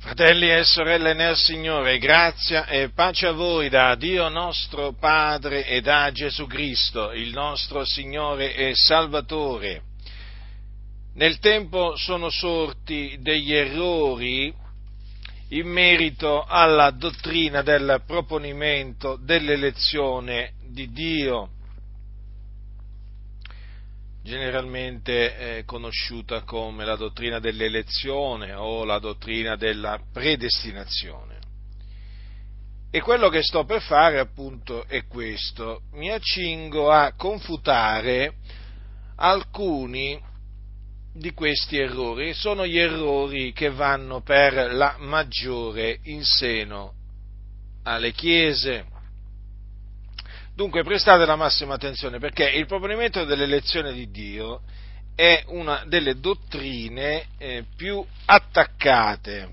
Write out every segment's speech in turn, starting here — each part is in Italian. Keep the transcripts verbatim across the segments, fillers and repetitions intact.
Fratelli e sorelle nel Signore, grazia e pace a voi da Dio nostro Padre e da Gesù Cristo, il nostro Signore e Salvatore. Nel tempo sono sorti degli errori in merito alla dottrina del proponimento dell'elezione di Dio, generalmente eh, conosciuta come la dottrina dell'elezione o la dottrina della predestinazione. E quello che sto per fare appunto è questo: mi accingo a confutare alcuni di questi errori. Sono gli errori che vanno per la maggiore in seno alle chiese. Dunque prestate la massima attenzione, perché il proponimento dell'elezione di Dio è una delle dottrine eh, più attaccate,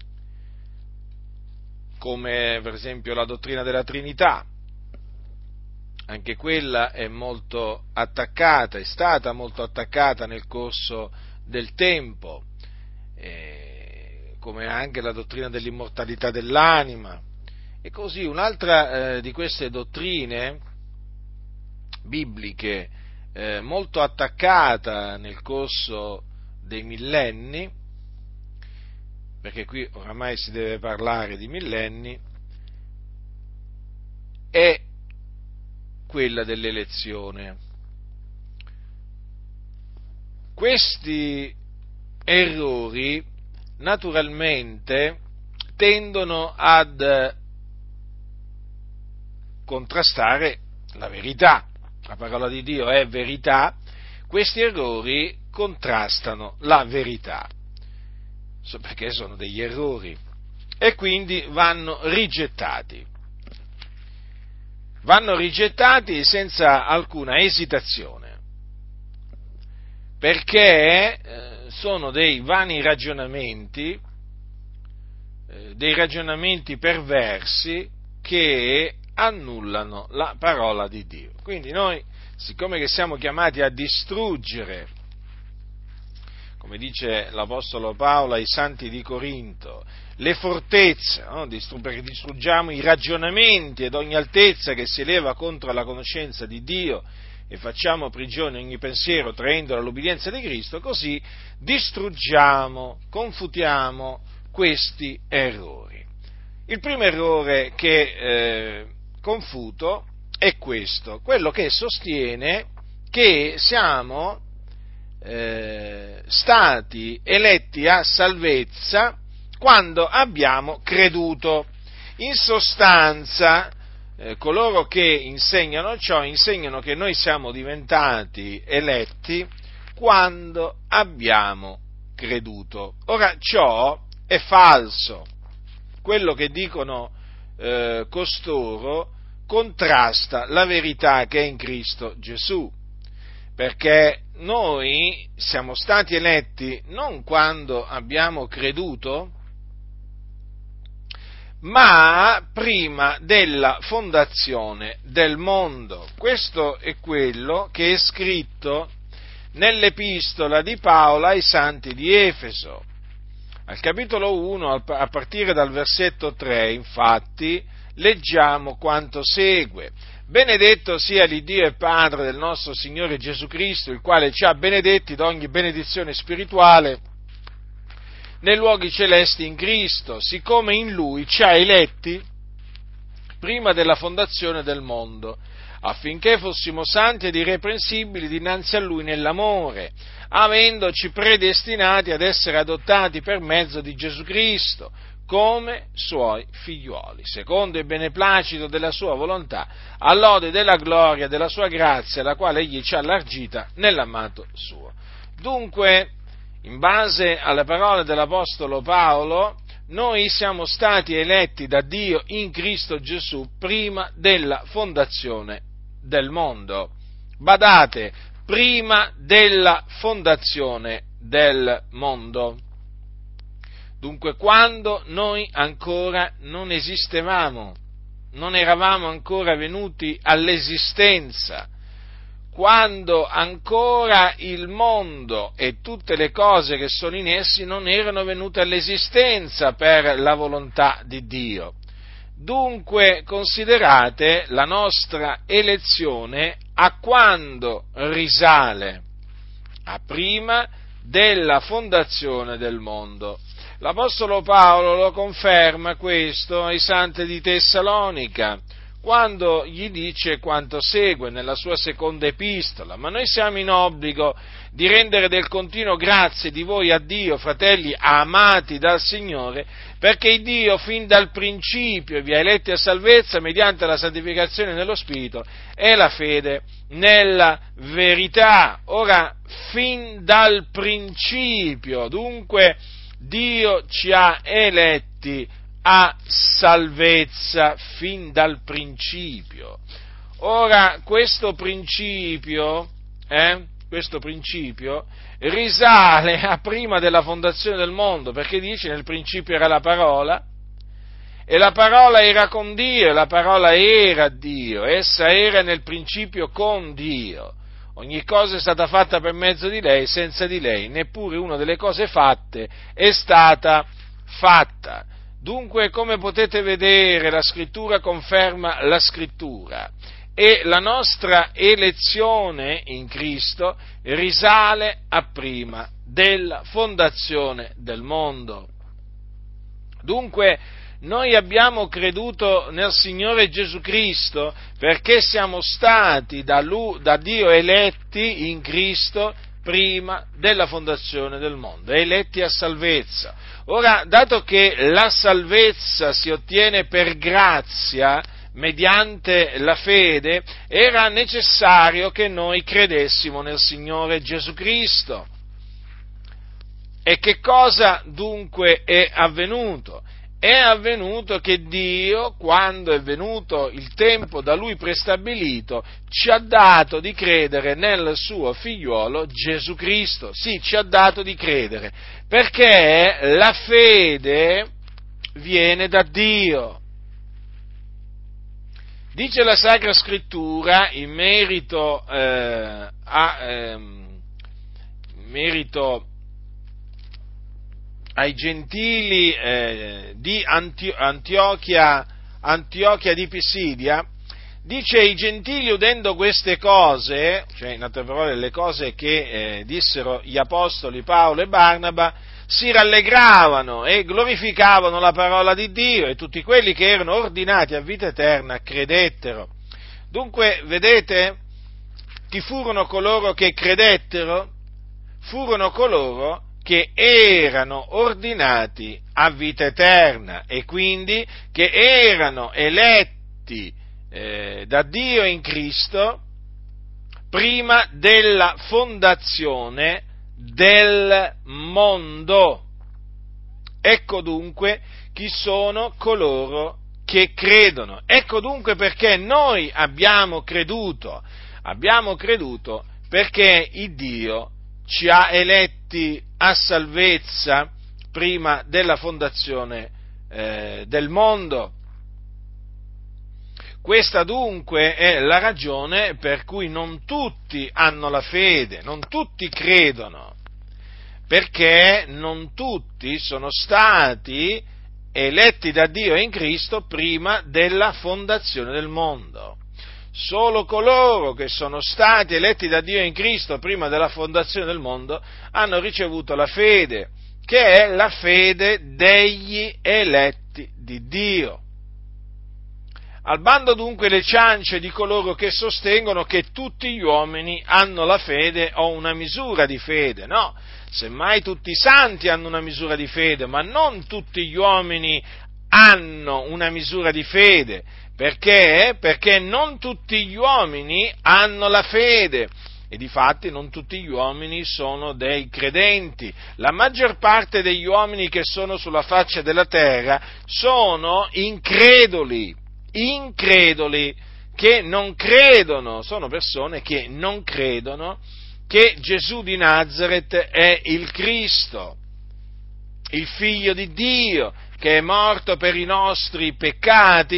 come per esempio la dottrina della Trinità. Anche quella è molto attaccata, è stata molto attaccata nel corso del tempo, eh, come anche la dottrina dell'immortalità dell'anima. E così un'altra eh, di queste dottrine bibliche eh, molto attaccata nel corso dei millenni, perché qui oramai si deve parlare di millenni, è quella dell'elezione. Questi errori naturalmente tendono ad contrastare la verità. La parola di Dio è verità. Questi errori contrastano la verità, perché sono degli errori, e quindi vanno rigettati. Vanno rigettati senza alcuna esitazione, perché sono dei vani ragionamenti, dei ragionamenti perversi che annullano la parola di Dio. Quindi noi, siccome che siamo chiamati a distruggere, come dice l'Apostolo Paolo ai santi di Corinto, le fortezze, no? perché distruggiamo i ragionamenti ed ogni altezza che si eleva contro la conoscenza di Dio e facciamo prigione ogni pensiero traendolo all'obbedienza di Cristo, così distruggiamo, confutiamo questi errori. Il primo errore che eh, confuto è questo, quello che sostiene che siamo eh, stati eletti a salvezza quando abbiamo creduto. In sostanza, eh, coloro che insegnano ciò insegnano che noi siamo diventati eletti quando abbiamo creduto. Ora, ciò è falso. Quello che dicono eh, costoro contrasta la verità che è in Cristo Gesù, perché noi siamo stati eletti non quando abbiamo creduto, ma prima della fondazione del mondo. Questo è quello che è scritto nell'epistola di Paolo ai santi di Efeso. Al capitolo uno, a partire dal versetto tre, infatti, leggiamo quanto segue: benedetto sia l'Iddio e Padre del nostro Signore Gesù Cristo, il quale ci ha benedetti d'ogni benedizione spirituale nei luoghi celesti in Cristo, siccome in Lui ci ha eletti prima della fondazione del mondo, affinché fossimo santi ed irreprensibili dinanzi a Lui nell'amore, avendoci predestinati ad essere adottati per mezzo di Gesù Cristo, come Suoi figliuoli, secondo il beneplacito della Sua volontà, all'ode della gloria della Sua grazia, la quale Egli ci ha allargita nell'amato Suo. Dunque, in base alle parole dell'Apostolo Paolo, noi siamo stati eletti da Dio in Cristo Gesù prima della fondazione del mondo. Badate, prima della fondazione del mondo. Dunque, quando noi ancora non esistevamo, non eravamo ancora venuti all'esistenza, quando ancora il mondo e tutte le cose che sono in essi non erano venute all'esistenza per la volontà di Dio. Dunque considerate la nostra elezione a quando risale? A prima della fondazione del mondo. L'Apostolo Paolo lo conferma questo ai santi di Tessalonica, quando gli dice quanto segue nella sua seconda epistola: ma noi siamo in obbligo di rendere del continuo grazie di voi a Dio, fratelli amati dal Signore, perché Dio fin dal principio vi ha eletti a salvezza mediante la santificazione nello Spirito e la fede nella verità. Ora, fin dal principio, dunque, Dio ci ha eletti a salvezza fin dal principio. Ora, questo principio, eh, questo principio risale a prima della fondazione del mondo, perché dice: nel principio era la parola, e la parola era con Dio, e la parola era Dio, essa era nel principio con Dio. Ogni cosa è stata fatta per mezzo di lei, senza di lei neppure una delle cose fatte è stata fatta. Dunque, come potete vedere, la Scrittura conferma la Scrittura, e la nostra elezione in Cristo risale a prima della fondazione del mondo. Dunque, noi abbiamo creduto nel Signore Gesù Cristo perché siamo stati da, Lui, da Dio eletti in Cristo prima della fondazione del mondo, eletti a salvezza. Ora, dato che la salvezza si ottiene per grazia, mediante la fede, era necessario che noi credessimo nel Signore Gesù Cristo. E che cosa dunque è avvenuto? È avvenuto che Dio, quando è venuto il tempo da Lui prestabilito, ci ha dato di credere nel suo figliuolo Gesù Cristo. Sì, ci ha dato di credere, perché la fede viene da Dio. Dice la Sacra Scrittura in merito eh, a ehm, in merito ai gentili eh, di Antio- Antiochia, Antiochia di Pisidia, dice: i gentili, udendo queste cose, cioè in altre parole le cose che eh, dissero gli apostoli Paolo e Barnaba, si rallegravano e glorificavano la parola di Dio, e tutti quelli che erano ordinati a vita eterna credettero. Dunque, vedete, chi furono coloro che credettero? Furono coloro che erano ordinati a vita eterna, e quindi che erano eletti eh, da Dio in Cristo prima della fondazione del mondo. Ecco dunque chi sono coloro che credono. Ecco dunque perché noi abbiamo creduto. Abbiamo creduto perché il Dio ci ha eletti a salvezza prima della fondazione eh, del mondo. Questa dunque è la ragione per cui non tutti hanno la fede, non tutti credono, perché non tutti sono stati eletti da Dio in Cristo prima della fondazione del mondo. Solo coloro che sono stati eletti da Dio in Cristo prima della fondazione del mondo hanno ricevuto la fede, che è la fede degli eletti di Dio. Al bando dunque le ciance di coloro che sostengono che tutti gli uomini hanno la fede o una misura di fede. No, semmai tutti i santi hanno una misura di fede, ma non tutti gli uomini hanno una misura di fede. Perché? Perché non tutti gli uomini hanno la fede, e difatti non tutti gli uomini sono dei credenti. La maggior parte degli uomini che sono sulla faccia della terra sono increduli, increduli, che non credono, sono persone che non credono che Gesù di Nazaret è il Cristo, il Figlio di Dio, che è morto per i nostri peccati,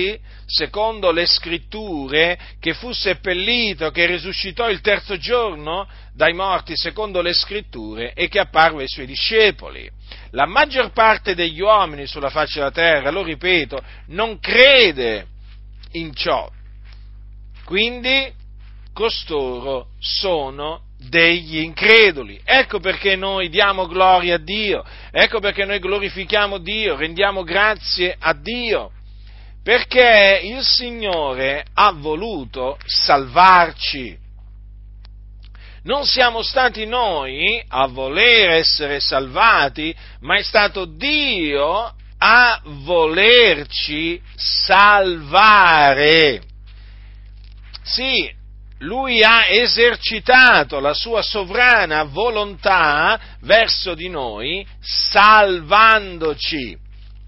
secondo le scritture, che fu seppellito, che risuscitò il terzo giorno dai morti, secondo le scritture, e che apparve ai suoi discepoli. La maggior parte degli uomini sulla faccia della terra, lo ripeto, non crede in ciò. Quindi costoro sono degli increduli. Ecco perché noi diamo gloria a Dio, ecco perché noi glorifichiamo Dio, rendiamo grazie a Dio, perché il Signore ha voluto salvarci. Non siamo stati noi a voler essere salvati, ma è stato Dio a volerci salvare. Sì, Lui ha esercitato la sua sovrana volontà verso di noi, salvandoci,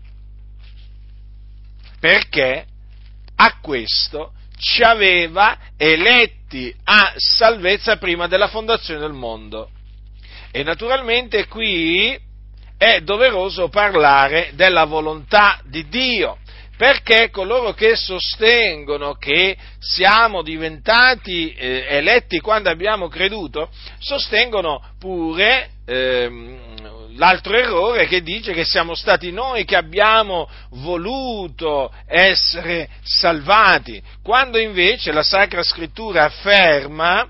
perché a questo ci aveva eletti a salvezza prima della fondazione del mondo. E naturalmente qui è doveroso parlare della volontà di Dio, perché coloro che sostengono che siamo diventati eh, eletti quando abbiamo creduto, sostengono pure ehm, l'altro errore che dice che siamo stati noi che abbiamo voluto essere salvati, quando invece la Sacra Scrittura afferma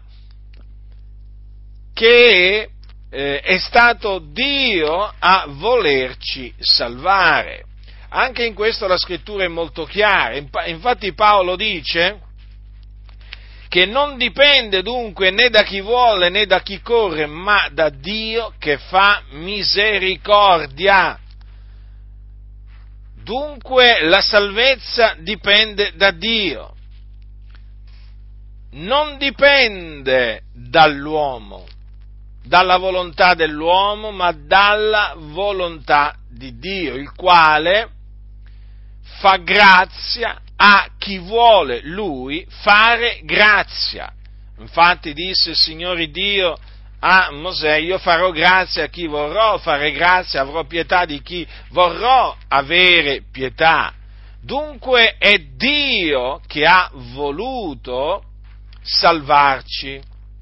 che eh, è stato Dio a volerci salvare. Anche in questo la Scrittura è molto chiara, infatti Paolo dice che non dipende dunque né da chi vuole né da chi corre, ma da Dio che fa misericordia. Dunque la salvezza dipende da Dio, non dipende dall'uomo, dalla volontà dell'uomo, ma dalla volontà di Dio, il quale fa grazia a chi vuole lui fare grazia. Infatti disse il Signore Dio a Mosè: io farò grazia a chi vorrò fare grazia, avrò pietà di chi vorrò avere pietà. Dunque è Dio che ha voluto salvarci,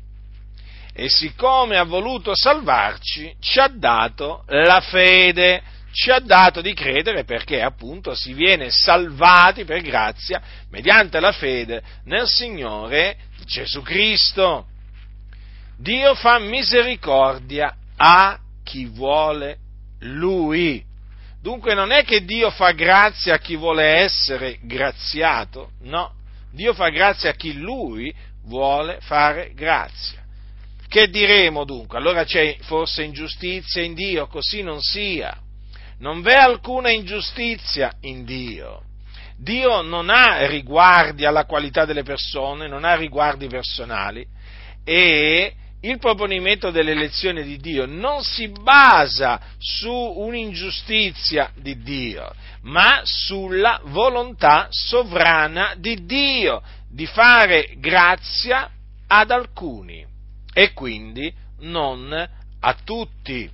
e siccome ha voluto salvarci ci ha dato la fede, ci ha dato di credere, perché appunto si viene salvati per grazia mediante la fede nel Signore Gesù Cristo. Dio fa misericordia a chi vuole Lui. Dunque non è che Dio fa grazia a chi vuole essere graziato, no, Dio fa grazia a chi Lui vuole fare grazia. Che diremo dunque? Allora c'è forse ingiustizia in Dio? Così non sia. Non v'è alcuna ingiustizia in Dio. Dio non ha riguardi alla qualità delle persone, non ha riguardi personali, e il proponimento dell'elezione di Dio non si basa su un'ingiustizia di Dio, ma sulla volontà sovrana di Dio di fare grazia ad alcuni e quindi non a tutti.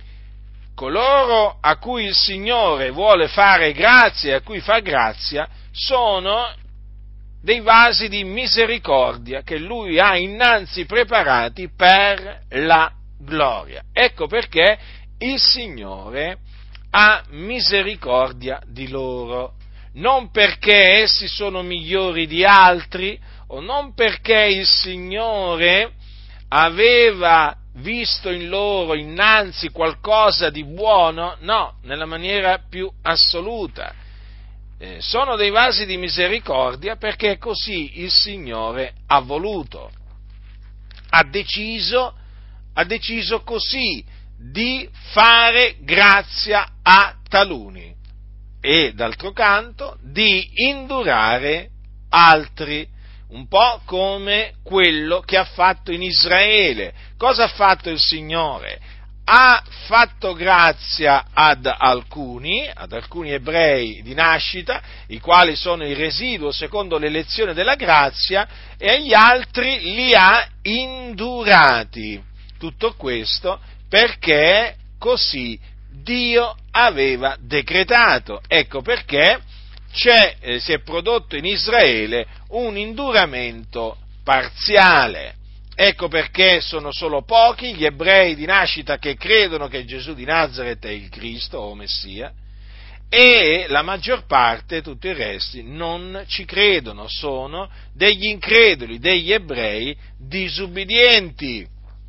Coloro a cui il Signore vuole fare grazia e a cui fa grazia sono dei vasi di misericordia che Lui ha innanzi preparati per la gloria. Ecco perché il Signore ha misericordia di loro, non perché essi sono migliori di altri o non perché il Signore aveva visto in loro innanzi qualcosa di buono, no, nella maniera più assoluta. Eh, sono dei vasi di misericordia perché così il Signore ha voluto, ha deciso, ha deciso così di fare grazia a taluni e d'altro canto di indurare altri. Un po' come quello che ha fatto in Israele. Cosa ha fatto il Signore? Ha fatto grazia ad alcuni, ad alcuni ebrei di nascita, i quali sono il residuo secondo l'elezione della grazia, e agli altri li ha indurati. Tutto questo perché così Dio aveva decretato. Ecco perché c'è, eh, si è prodotto in Israele un induramento parziale. Ecco perché sono solo pochi gli ebrei di nascita che credono che Gesù di Nazaret è il Cristo o Messia, e la maggior parte, tutti i resti, non ci credono, sono degli increduli, degli ebrei disubbidienti.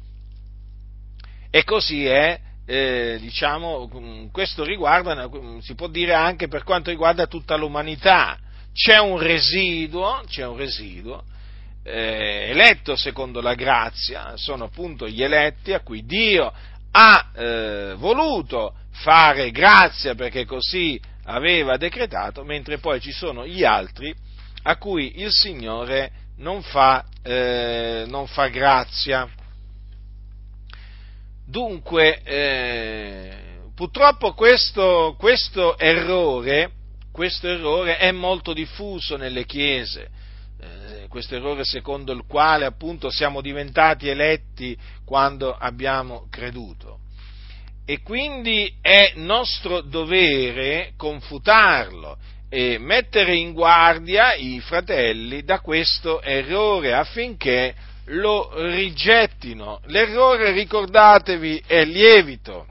E così è, eh, diciamo, questo riguarda, si può dire anche per quanto riguarda tutta l'umanità. C'è un residuo, c'è un residuo, eh, eletto secondo la grazia, sono appunto gli eletti a cui Dio ha eh, voluto fare grazia perché così aveva decretato, mentre poi ci sono gli altri a cui il Signore non fa, eh, non fa grazia. Dunque, eh, purtroppo questo, questo errore, questo errore è molto diffuso nelle chiese, eh, questo errore secondo il quale appunto siamo diventati eletti quando abbiamo creduto. E quindi è nostro dovere confutarlo e mettere in guardia i fratelli da questo errore affinché lo rigettino. L'errore, ricordatevi, è lievito.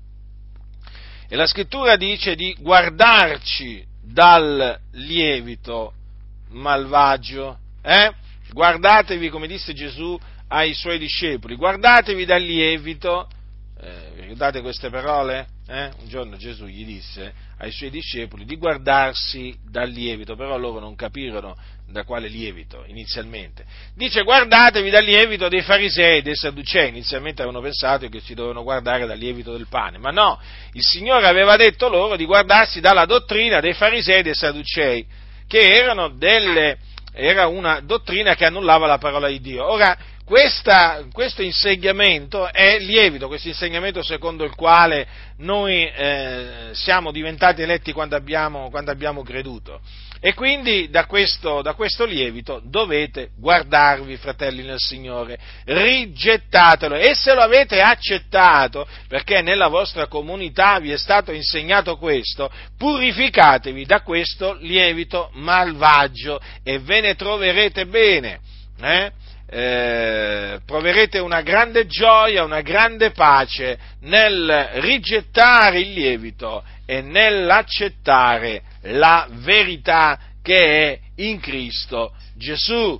E la scrittura dice di guardarci dal lievito malvagio. Eh? Guardatevi, come disse Gesù ai suoi discepoli, guardatevi dal lievito. Eh, vi ricordate queste parole? Eh? Un giorno Gesù gli disse ai suoi discepoli di guardarsi dal lievito, però loro non capirono da quale lievito inizialmente. Dice guardatevi dal lievito dei farisei e dei sadducei. Inizialmente avevano pensato che si dovevano guardare dal lievito del pane, ma no, il Signore aveva detto loro di guardarsi dalla dottrina dei farisei e dei sadducei, che erano delle, era una dottrina che annullava la parola di Dio. Ora, Questa, questo insegnamento è lievito, questo insegnamento secondo il quale noi eh, siamo diventati eletti quando abbiamo, quando abbiamo creduto. E quindi da questo, da questo lievito dovete guardarvi, fratelli nel Signore, rigettatelo, e se lo avete accettato, perché nella vostra comunità vi è stato insegnato questo, purificatevi da questo lievito malvagio e ve ne troverete bene, eh? Eh, proverete una grande gioia, una grande pace nel rigettare il lievito e nell'accettare la verità che è in Cristo Gesù.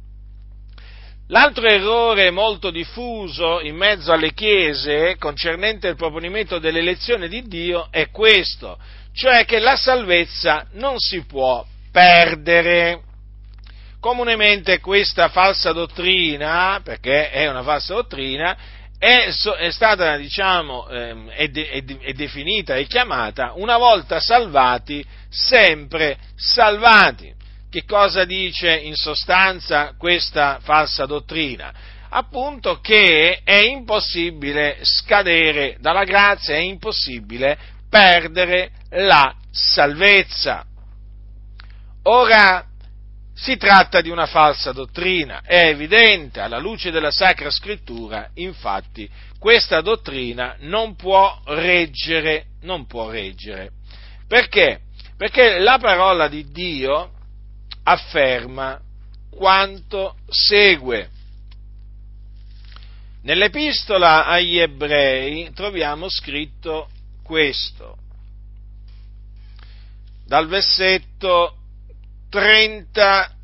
L'altro errore molto diffuso in mezzo alle chiese concernente il proponimento dell'elezione di Dio è questo, cioè che la salvezza non si può perdere. Comunemente questa falsa dottrina, perché è una falsa dottrina, è, è stata, diciamo, ehm, è, de, è, de, è definita e chiamata una volta salvati, sempre salvati. Che cosa dice in sostanza questa falsa dottrina? Appunto che è impossibile scadere dalla grazia, è impossibile perdere la salvezza. Ora, si tratta di una falsa dottrina, è evidente, alla luce della Sacra Scrittura, infatti, questa dottrina non può reggere, non può reggere. Perché? Perché la parola di Dio afferma quanto segue. Nell'Epistola agli Ebrei troviamo scritto questo, dal versetto trentacinque.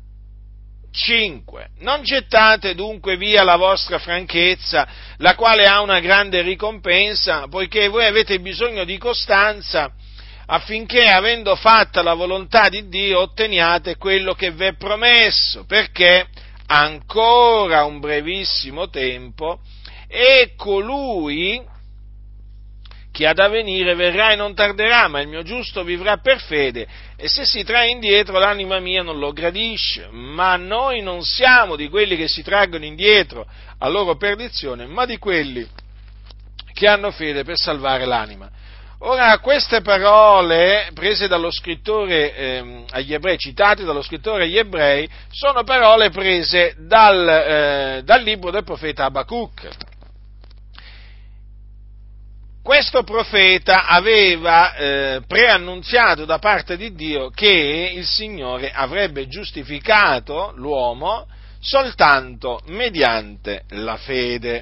Non gettate dunque via la vostra franchezza, la quale ha una grande ricompensa, poiché voi avete bisogno di costanza, affinché, avendo fatta la volontà di Dio, otteniate quello che v'è promesso, perché ancora un brevissimo tempo e colui che ha da venire verrà e non tarderà, ma il mio giusto vivrà per fede, e se si trae indietro l'anima mia non lo gradisce. Ma noi non siamo di quelli che si traggono indietro a loro perdizione, ma di quelli che hanno fede per salvare l'anima. Ora, queste parole prese dallo scrittore eh, agli ebrei, citate dallo scrittore agli ebrei, sono parole prese dal, eh, dal libro del profeta Abacuc. questo profeta aveva eh, preannunziato da parte di Dio che il Signore avrebbe giustificato l'uomo soltanto mediante la fede.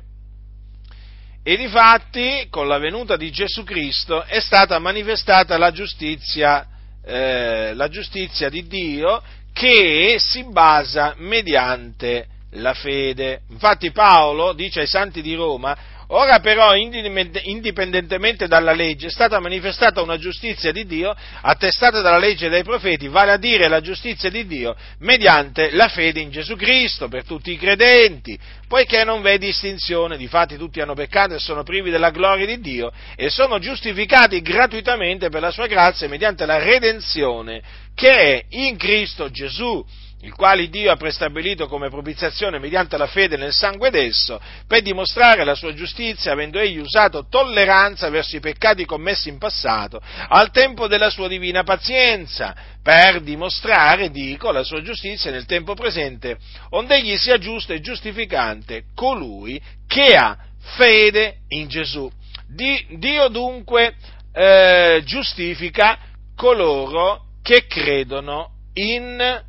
E difatti, con la venuta di Gesù Cristo è stata manifestata la giustizia, eh, la giustizia di Dio, che si basa mediante la fede. Infatti Paolo dice ai santi di Roma: ora però, indipendentemente dalla legge, è stata manifestata una giustizia di Dio, attestata dalla legge e dai profeti, vale a dire la giustizia di Dio mediante la fede in Gesù Cristo per tutti i credenti, poiché non v'è distinzione, difatti tutti hanno peccato e sono privi della gloria di Dio e sono giustificati gratuitamente per la sua grazia mediante la redenzione che è in Cristo Gesù, il quale Dio ha prestabilito come propiziazione mediante la fede nel sangue d'esso, per dimostrare la sua giustizia, avendo egli usato tolleranza verso i peccati commessi in passato, al tempo della sua divina pazienza, per dimostrare, dico, la sua giustizia nel tempo presente, onde egli sia giusto e giustificante colui che ha fede in Gesù. Dio dunque eh, giustifica coloro che credono in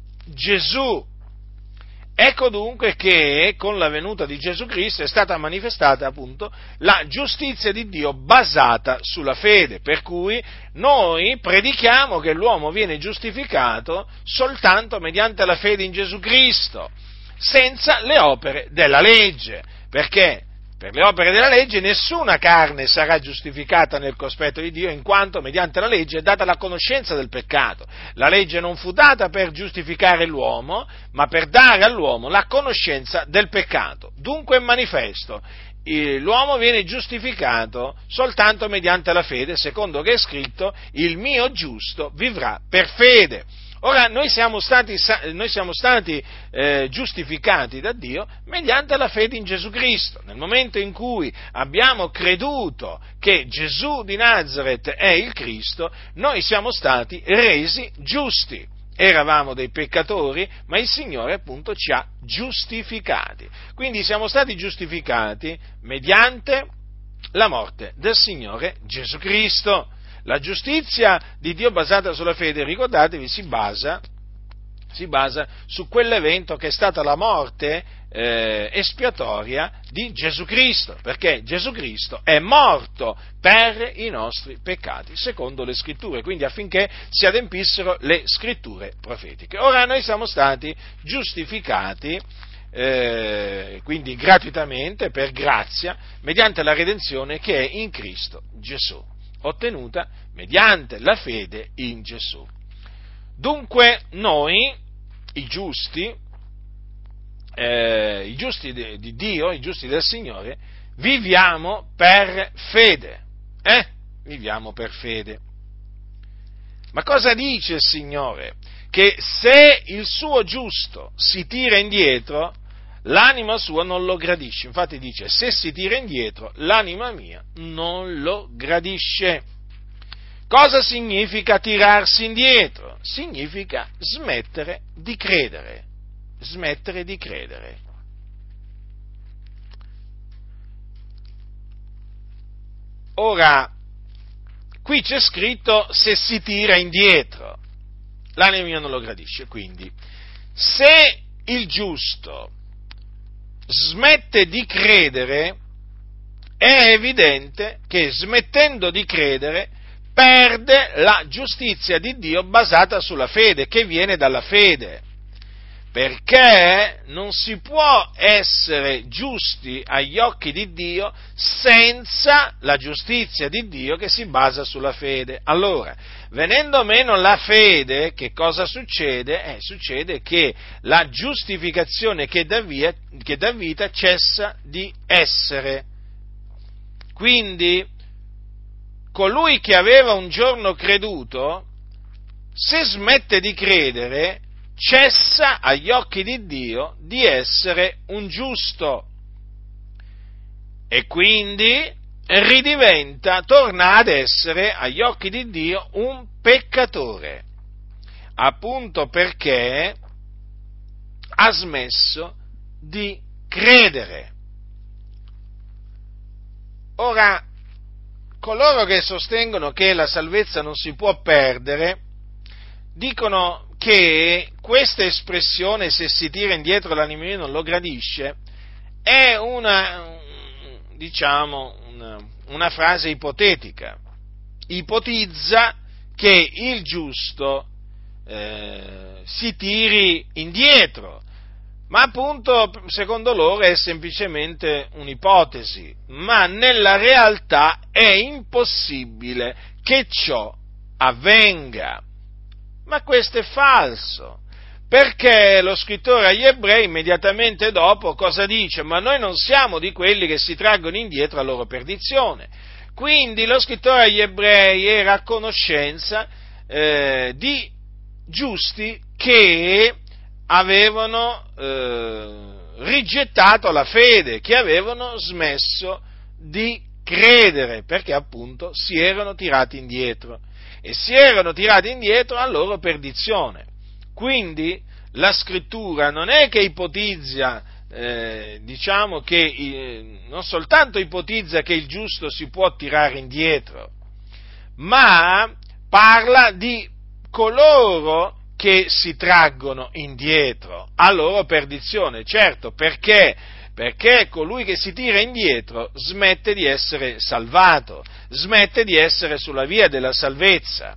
Gesù. Ecco dunque che con la venuta di Gesù Cristo è stata manifestata appunto la giustizia di Dio basata sulla fede, per cui noi predichiamo che l'uomo viene giustificato soltanto mediante la fede in Gesù Cristo, senza le opere della legge, perché per le opere della legge nessuna carne sarà giustificata nel cospetto di Dio, in quanto mediante la legge è data la conoscenza del peccato. La legge non fu data per giustificare l'uomo, ma per dare all'uomo la conoscenza del peccato. Dunque è manifesto, l'uomo viene giustificato soltanto mediante la fede, secondo che è scritto: il mio giusto vivrà per fede. Ora, noi siamo stati, noi siamo stati eh, giustificati da Dio mediante la fede in Gesù Cristo. Nel momento in cui abbiamo creduto che Gesù di Nazaret è il Cristo, noi siamo stati resi giusti. Eravamo dei peccatori, ma il Signore appunto ci ha giustificati. Quindi siamo stati giustificati mediante la morte del Signore Gesù Cristo. La giustizia di Dio basata sulla fede, ricordatevi, si basa, si basa su quell'evento che è stata la morte eh, espiatoria di Gesù Cristo, perché Gesù Cristo è morto per i nostri peccati, secondo le Scritture, quindi affinché si adempissero le Scritture profetiche. Ora noi siamo stati giustificati, eh, quindi gratuitamente, per grazia, mediante la redenzione che è in Cristo Gesù, ottenuta mediante la fede in Gesù. Dunque noi, i giusti, eh, i giusti di, di Dio, i giusti del Signore, viviamo per fede, eh? Viviamo per fede. Ma cosa dice il Signore? Che se il suo giusto si tira indietro, l'anima sua non lo gradisce. Infatti dice: se si tira indietro, l'anima mia non lo gradisce. Cosa significa tirarsi indietro? Significa smettere di credere. Smettere di credere. Ora, qui c'è scritto: se si tira indietro, l'anima mia non lo gradisce. Quindi, se il giusto smette di credere, è evidente che smettendo di credere perde la giustizia di Dio basata sulla fede, che viene dalla fede, perché non si può essere giusti agli occhi di Dio senza la giustizia di Dio che si basa sulla fede. Allora, venendo meno la fede, che cosa succede? Eh, succede che la giustificazione che dà, via, che dà vita cessa di essere. Quindi, colui che aveva un giorno creduto, se smette di credere, cessa agli occhi di Dio di essere un giusto e quindi ridiventa, torna ad essere agli occhi di Dio un peccatore, appunto perché ha smesso di credere. Ora, coloro che sostengono che la salvezza non si può perdere, dicono che questa espressione, se si tira indietro l'anima mia non lo gradisce, è una, diciamo, una, una frase ipotetica. Ipotizza che il giusto eh, si tiri indietro, ma appunto secondo loro è semplicemente un'ipotesi, ma nella realtà è impossibile che ciò avvenga. Ma questo è falso, perché lo scrittore agli Ebrei immediatamente dopo cosa dice? Ma noi non siamo di quelli che si traggono indietro a loro perdizione. Quindi lo scrittore agli Ebrei era a conoscenza eh, di giusti che avevano eh, rigettato la fede, che avevano smesso di credere, perché appunto si erano tirati indietro, e si erano tirati indietro a loro perdizione. Quindi la scrittura non è che ipotizza, eh, diciamo che eh, non soltanto ipotizza che il giusto si può tirare indietro, ma parla di coloro che si traggono indietro a loro perdizione. Certo, perché? Perché colui che si tira indietro smette di essere salvato, smette di essere sulla via della salvezza,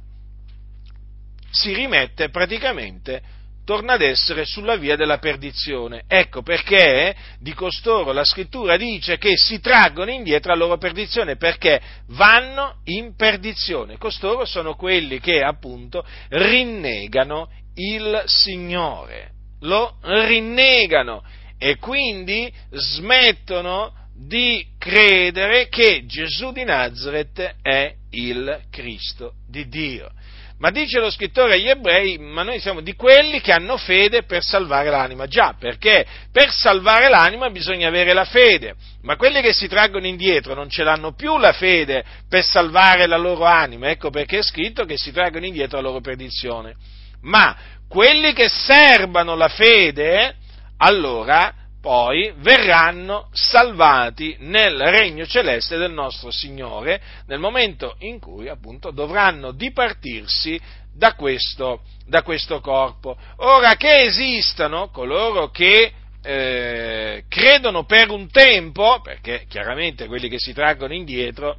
si rimette praticamente, torna ad essere sulla via della perdizione. Ecco perché di costoro la scrittura dice che si traggono indietro a loro perdizione, perché vanno in perdizione. Costoro sono quelli che appunto rinnegano il Signore, lo rinnegano e quindi smettono di credere che Gesù di Nazaret è il Cristo di Dio. Ma dice lo scrittore agli Ebrei, ma noi siamo di quelli che hanno fede per salvare l'anima. Già, perché per salvare l'anima bisogna avere la fede, ma quelli che si traggono indietro non ce l'hanno più la fede per salvare la loro anima. Ecco perché è scritto che si traggono indietro la loro perdizione. Ma quelli che serbano la fede, allora poi verranno salvati nel regno celeste del nostro Signore, nel momento in cui appunto dovranno dipartirsi da questo, da questo corpo. Ora, che esistano coloro che eh, credono per un tempo, perché chiaramente quelli che si traggono indietro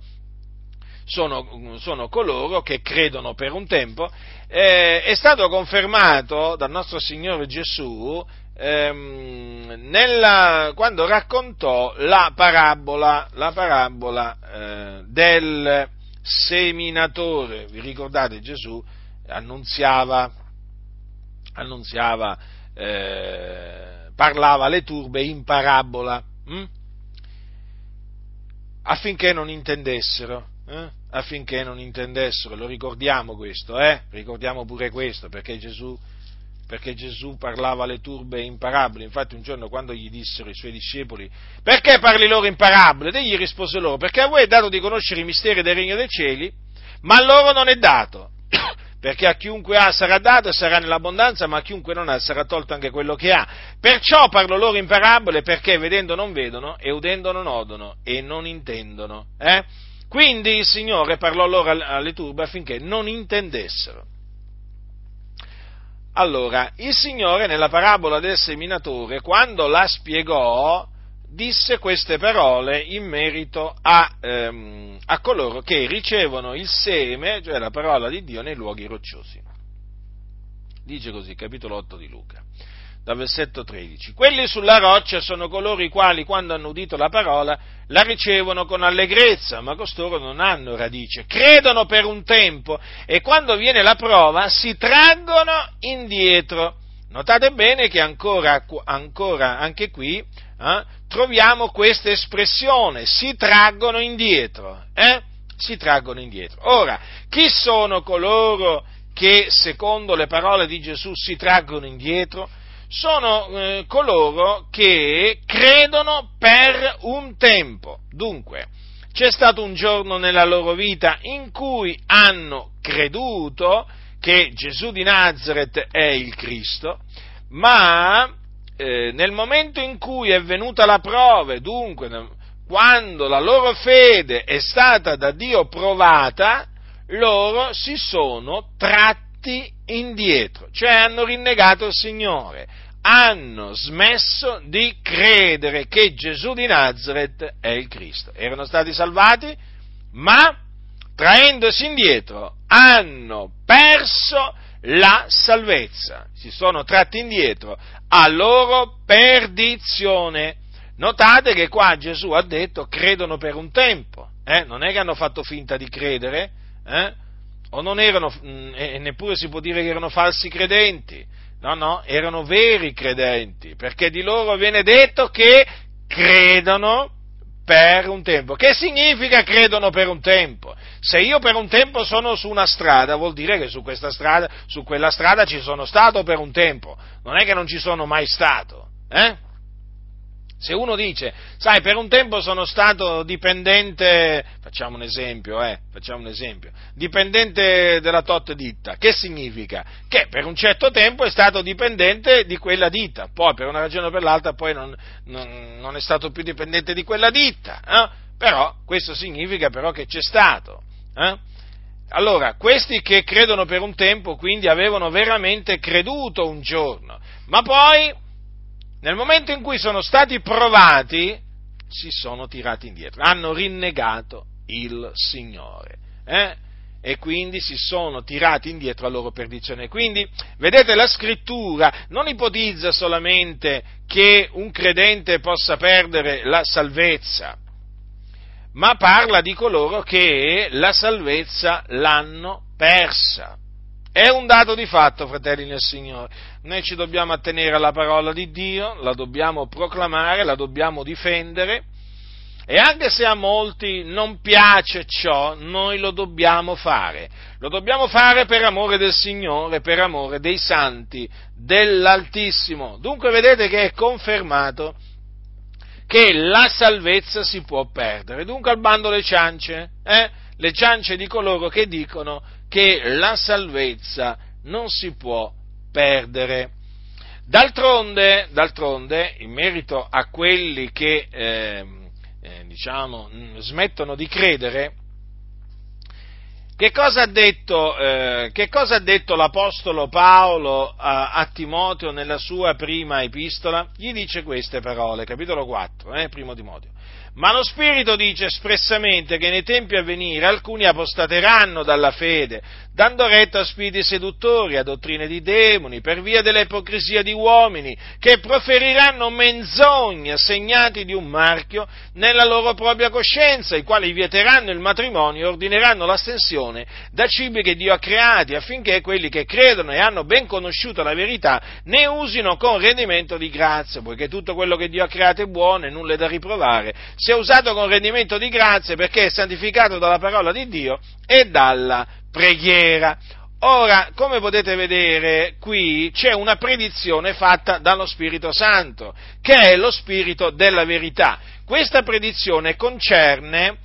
sono, sono coloro che credono per un tempo, eh, è stato confermato dal nostro Signore Gesù ehm, nella, quando raccontò la parabola, la parabola eh, del seminatore. Vi ricordate, Gesù annunziava, annunziava eh, parlava alle turbe in parabola, hm? affinché non intendessero. Eh? affinché non intendessero, lo ricordiamo questo, eh? ricordiamo pure questo, perché Gesù, perché Gesù parlava alle turbe in parabole. Infatti un giorno quando gli dissero i suoi discepoli, perché parli loro in parabole? Ed egli rispose loro, perché a voi è dato di conoscere i misteri del regno dei cieli, ma a loro non è dato, perché a chiunque ha sarà dato e sarà nell'abbondanza, ma a chiunque non ha sarà tolto anche quello che ha. Perciò parlo loro in parabole, perché vedendo non vedono, e udendo non odono, e non intendono, eh? Quindi il Signore parlò loro alle turbe affinché non intendessero. Allora, il Signore nella parabola del seminatore, quando la spiegò, disse queste parole in merito a, ehm, a coloro che ricevono il seme, cioè la parola di Dio, nei luoghi rocciosi. Dice così, capitolo otto di Luca, dal versetto tredici. Quelli sulla roccia sono coloro i quali, quando hanno udito la parola, la ricevono con allegrezza, ma costoro non hanno radice. Credono per un tempo e quando viene la prova si traggono indietro. Notate bene che ancora, ancora anche qui eh, troviamo questa espressione, si traggono indietro. Eh? Si traggono indietro. Ora, chi sono coloro che, secondo le parole di Gesù, si traggono indietro? Sono eh, coloro che credono per un tempo. Dunque, c'è stato un giorno nella loro vita in cui hanno creduto che Gesù di Nazaret è il Cristo, ma eh, nel momento in cui è venuta la prova, dunque quando la loro fede è stata da Dio provata, loro si sono tratti indietro, cioè hanno rinnegato il Signore, hanno smesso di credere che Gesù di Nazaret è il Cristo. Erano stati salvati, ma traendosi indietro hanno perso la salvezza, si sono tratti indietro a loro perdizione. Notate che qua Gesù ha detto credono per un tempo, eh? Non è che hanno fatto finta di credere, eh? O non erano, e neppure si può dire che erano falsi credenti, no, no, erano veri credenti, perché di loro viene detto che credono per un tempo. Che significa credono per un tempo? Se io per un tempo sono su una strada, vuol dire che su questa strada, su quella strada ci sono stato per un tempo, non è che non ci sono mai stato, eh? Se uno dice, sai, per un tempo sono stato dipendente, facciamo un esempio, eh, facciamo un esempio, dipendente della tot ditta, che significa? Che per un certo tempo è stato dipendente di quella ditta, poi per una ragione o per l'altra poi non, non, non è stato più dipendente di quella ditta, eh? Però questo significa però che c'è stato, eh? Allora, questi che credono per un tempo, quindi avevano veramente creduto un giorno, ma poi nel momento in cui sono stati provati, si sono tirati indietro, hanno rinnegato il Signore, eh? E quindi si sono tirati indietro a loro perdizione. Quindi, vedete, la Scrittura non ipotizza solamente che un credente possa perdere la salvezza, ma parla di coloro che la salvezza l'hanno persa. È un dato di fatto, fratelli nel Signore. Noi ci dobbiamo attenere alla parola di Dio, la dobbiamo proclamare, la dobbiamo difendere, e anche se a molti non piace ciò, noi lo dobbiamo fare. Lo dobbiamo fare per amore del Signore, per amore dei santi dell'Altissimo. Dunque vedete che è confermato che la salvezza si può perdere. Dunque al bando le ciance, eh? Le ciance di coloro che dicono che la salvezza non si può perdere. D'altronde, d'altronde in merito a quelli che eh, eh, diciamo smettono di credere, che cosa ha detto, eh, che cosa ha detto l'Apostolo Paolo a, a Timoteo nella sua prima epistola? Gli dice queste parole, capitolo quattro, eh, primo Timoteo. Ma lo Spirito dice espressamente che nei tempi a venire alcuni apostateranno dalla fede, dando retta a spiriti seduttori, a dottrine di demoni, per via dell'ipocrisia di uomini, che proferiranno menzogne assegnati di un marchio nella loro propria coscienza, i quali vieteranno il matrimonio e ordineranno l'astensione da cibi che Dio ha creati, affinché quelli che credono e hanno ben conosciuto la verità ne usino con rendimento di grazia, poiché tutto quello che Dio ha creato è buono e nulla è da riprovare, sia usato con rendimento di grazia, perché è santificato dalla parola di Dio e dalla preghiera. Ora, come potete vedere, qui c'è una predizione fatta dallo Spirito Santo, che è lo Spirito della verità. Questa predizione concerne,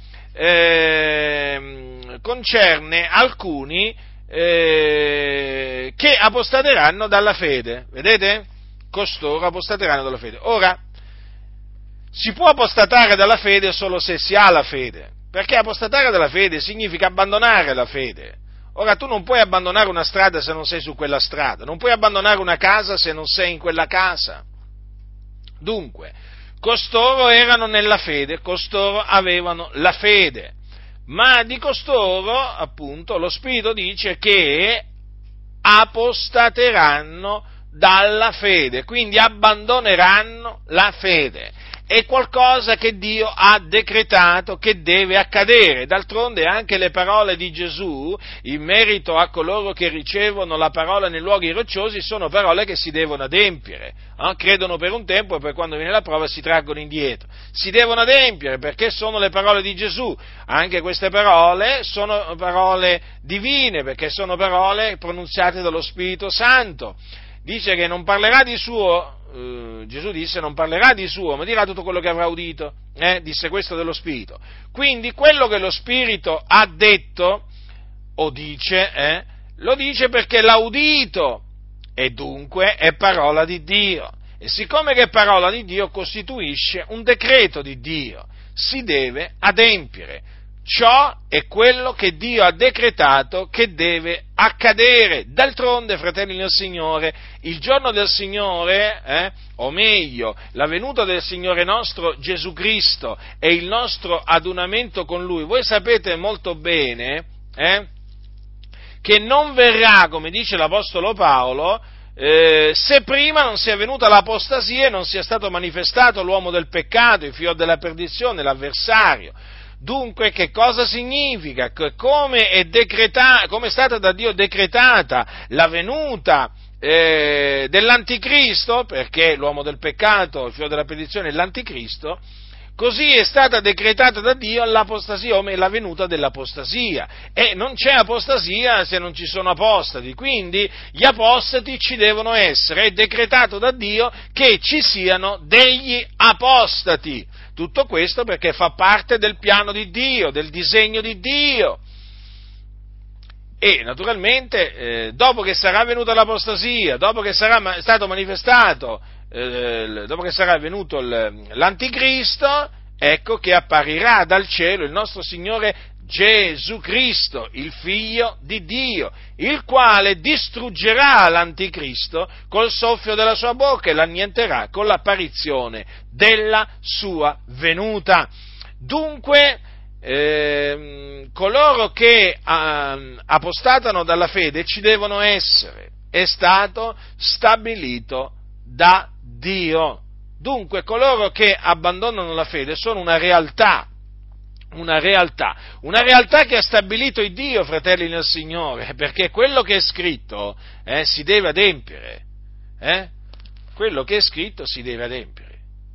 eh, concerne alcuni eh, che apostateranno dalla fede, vedete? Costoro apostateranno dalla fede. Ora, si può apostatare dalla fede solo se si ha la fede, perché apostatare dalla fede significa abbandonare la fede. Ora, tu non puoi abbandonare una strada se non sei su quella strada, non puoi abbandonare una casa se non sei in quella casa. Dunque, costoro erano nella fede, costoro avevano la fede, ma di costoro, appunto, lo Spirito dice che apostateranno dalla fede, quindi abbandoneranno la fede. È qualcosa che Dio ha decretato che deve accadere. D'altronde anche le parole di Gesù in merito a coloro che ricevono la parola nei luoghi rocciosi sono parole che si devono adempiere. Eh? Credono per un tempo e poi quando viene la prova si traggono indietro. Si devono adempiere perché sono le parole di Gesù. Anche queste parole sono parole divine perché sono parole pronunziate dallo Spirito Santo. Dice che non parlerà di suo, eh, Gesù disse non parlerà di suo, ma dirà tutto quello che avrà udito, eh? Disse questo dello Spirito. Quindi quello che lo Spirito ha detto, o dice, eh, lo dice perché l'ha udito, e dunque è parola di Dio. E siccome che è parola di Dio costituisce un decreto di Dio, si deve adempiere. Ciò è quello che Dio ha decretato che deve accadere. D'altronde, fratelli nel Signore, il giorno del Signore, eh, o meglio, la venuta del Signore nostro Gesù Cristo e il nostro adunamento con Lui, voi sapete molto bene eh, che non verrà, come dice l'Apostolo Paolo, Eh, se prima non sia venuta l'apostasia e non sia stato manifestato l'uomo del peccato, il figlio della perdizione, l'avversario. Dunque, che cosa significa? Come è, decreta- come è stata da Dio decretata la venuta eh, dell'anticristo, perché l'uomo del peccato, il figlio della perdizione è l'anticristo, così è stata decretata da Dio l'apostasia, o la venuta dell'apostasia, e non c'è apostasia se non ci sono apostati, quindi gli apostati ci devono essere, è decretato da Dio che ci siano degli apostati, tutto questo perché fa parte del piano di Dio, del disegno di Dio. E naturalmente, eh, dopo che sarà venuta l'apostasia, dopo che sarà ma- stato manifestato, eh, dopo che sarà venuto il, l'anticristo, ecco che apparirà dal cielo il nostro Signore Gesù Cristo, il Figlio di Dio, il quale distruggerà l'anticristo col soffio della sua bocca e l'annienterà con l'apparizione della sua venuta. Dunque, Eh, coloro che ah, apostatano dalla fede ci devono essere, è stato stabilito da Dio. Dunque coloro che abbandonano la fede sono una realtà, una realtà, una realtà che ha stabilito il Dio, fratelli nel Signore, perché quello che è scritto eh, si deve adempiere, eh? quello che è scritto si deve adempiere.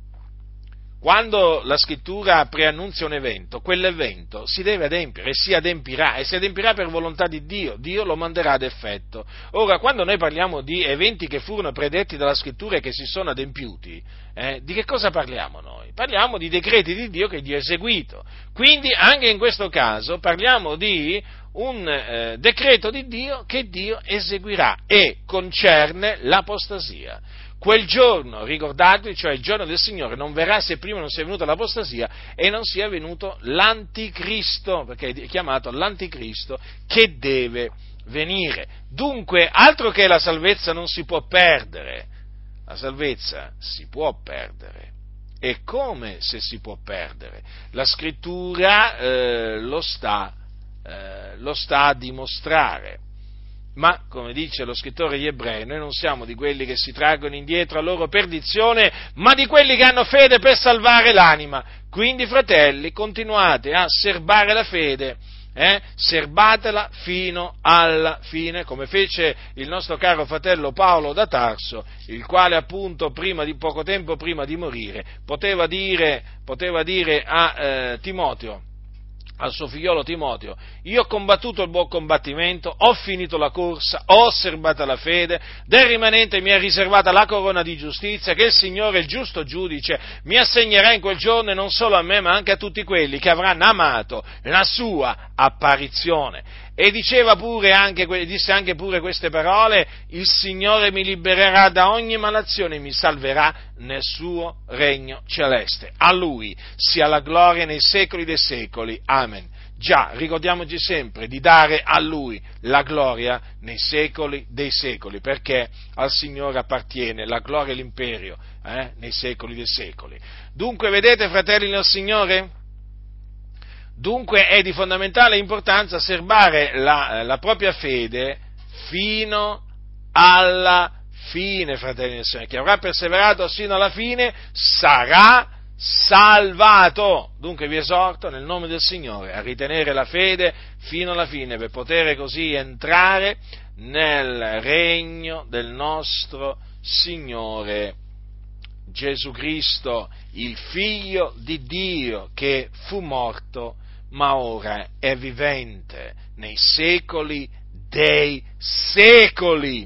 Quando la scrittura preannunzia un evento, quell'evento si deve adempiere e si adempirà, e si adempirà per volontà di Dio, Dio lo manderà ad effetto. Ora, quando noi parliamo di eventi che furono predetti dalla scrittura e che si sono adempiuti, eh, di che cosa parliamo noi? Parliamo di decreti di Dio che Dio ha eseguito. Quindi, anche in questo caso, parliamo di un eh, decreto di Dio che Dio eseguirà e concerne l'apostasia. Quel giorno, ricordatevi, cioè il giorno del Signore, non verrà se prima non sia venuta l'apostasia e non sia venuto l'anticristo, perché è chiamato l'anticristo che deve venire. Dunque, altro che la salvezza non si può perdere, la salvezza si può perdere. E come se si può perdere? La scrittura eh, lo sta, eh, lo sta a dimostrare. Ma, come dice lo scrittore agli Ebrei, noi non siamo di quelli che si traggono indietro a loro perdizione, ma di quelli che hanno fede per salvare l'anima. Quindi, fratelli, continuate a serbare la fede, eh? serbatela fino alla fine, come fece il nostro caro fratello Paolo da Tarso, il quale appunto prima di poco tempo prima di morire poteva dire, poteva dire a eh, Timoteo, al suo figliolo Timoteo: io ho combattuto il buon combattimento, ho finito la corsa, ho osservata la fede, del rimanente mi è riservata la corona di giustizia che il Signore, il giusto giudice, mi assegnerà in quel giorno, e non solo a me ma anche a tutti quelli che avranno amato la sua apparizione. E diceva pure anche, disse anche pure queste parole: il Signore mi libererà da ogni malazione e mi salverà nel suo regno celeste. A Lui sia la gloria nei secoli dei secoli. Amen. Già, ricordiamoci sempre di dare a Lui la gloria nei secoli dei secoli, perché al Signore appartiene la gloria e l'imperio eh, nei secoli dei secoli. Dunque, vedete, fratelli nel Signore? Dunque è di fondamentale importanza serbare la, la propria fede fino alla fine, fratelli del Signore. Chi avrà perseverato fino alla fine sarà salvato. Dunque vi esorto nel nome del Signore a ritenere la fede fino alla fine, per poter così entrare nel regno del nostro Signore Gesù Cristo, il Figlio di Dio, che fu morto ma ora è vivente nei secoli dei secoli.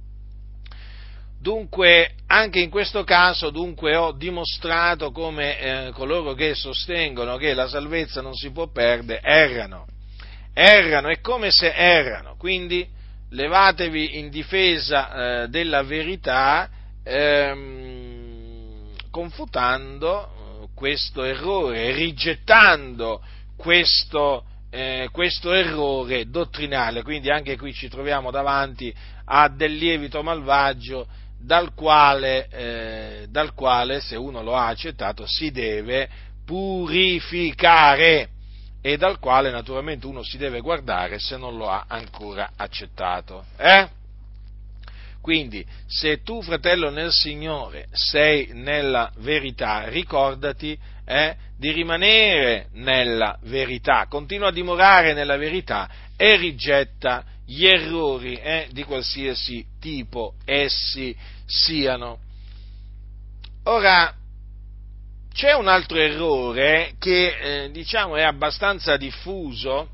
Dunque, anche in questo caso, dunque, ho dimostrato come eh, coloro che sostengono che la salvezza non si può perdere, errano, errano, è come se errano, quindi levatevi in difesa eh, della verità, ehm, confutando questo errore, rigettando questo, eh, questo errore dottrinale. Quindi anche qui ci troviamo davanti a del lievito malvagio dal quale, eh, dal quale, se uno lo ha accettato, si deve purificare e dal quale naturalmente uno si deve guardare se non lo ha ancora accettato. Eh? Quindi, se tu, fratello nel Signore, sei nella verità, ricordati eh, di rimanere nella verità, continua a dimorare nella verità e rigetta gli errori eh, di qualsiasi tipo essi siano. Ora, c'è un altro errore che, eh, diciamo, è abbastanza diffuso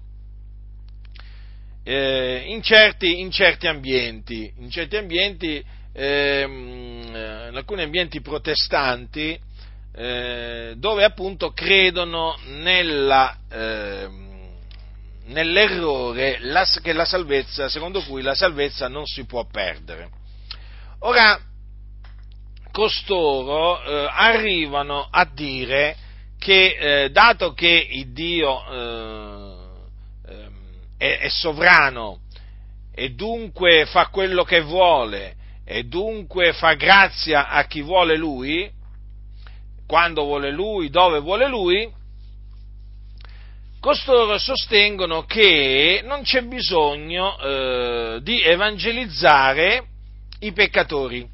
eh, in, certi, in certi ambienti, in certi ambienti, eh, in alcuni ambienti protestanti, eh, dove appunto credono nella, eh, nell'errore la, che la salvezza, secondo cui la salvezza non si può perdere. Ora, costoro eh, arrivano a dire che eh, dato che il Dio eh, è, è sovrano e dunque fa quello che vuole e dunque fa grazia a chi vuole Lui, quando vuole Lui, dove vuole Lui, costoro sostengono che non c'è bisogno eh, di evangelizzare i peccatori,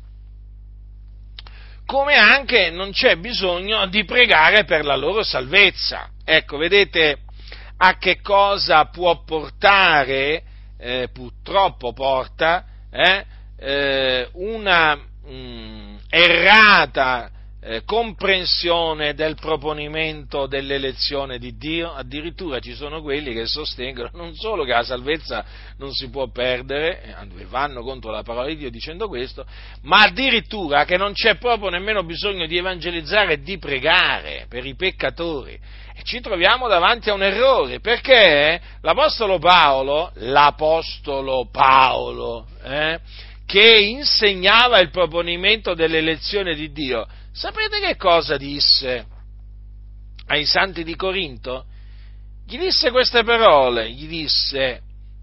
come anche non c'è bisogno di pregare per la loro salvezza. Ecco, vedete a che cosa può portare, eh, purtroppo porta, eh, eh, una mh, errata eh, comprensione del proponimento dell'elezione di Dio. Addirittura ci sono quelli che sostengono non solo che la salvezza non si può perdere, eh, vanno contro la parola di Dio dicendo questo, ma addirittura che non c'è proprio nemmeno bisogno di evangelizzare e di pregare per i peccatori. E ci troviamo davanti a un errore, perché l'Apostolo Paolo, l'Apostolo Paolo, eh, che insegnava il proponimento dell'elezione di Dio, sapete che cosa disse ai santi di Corinto? Gli disse queste parole, gli disse,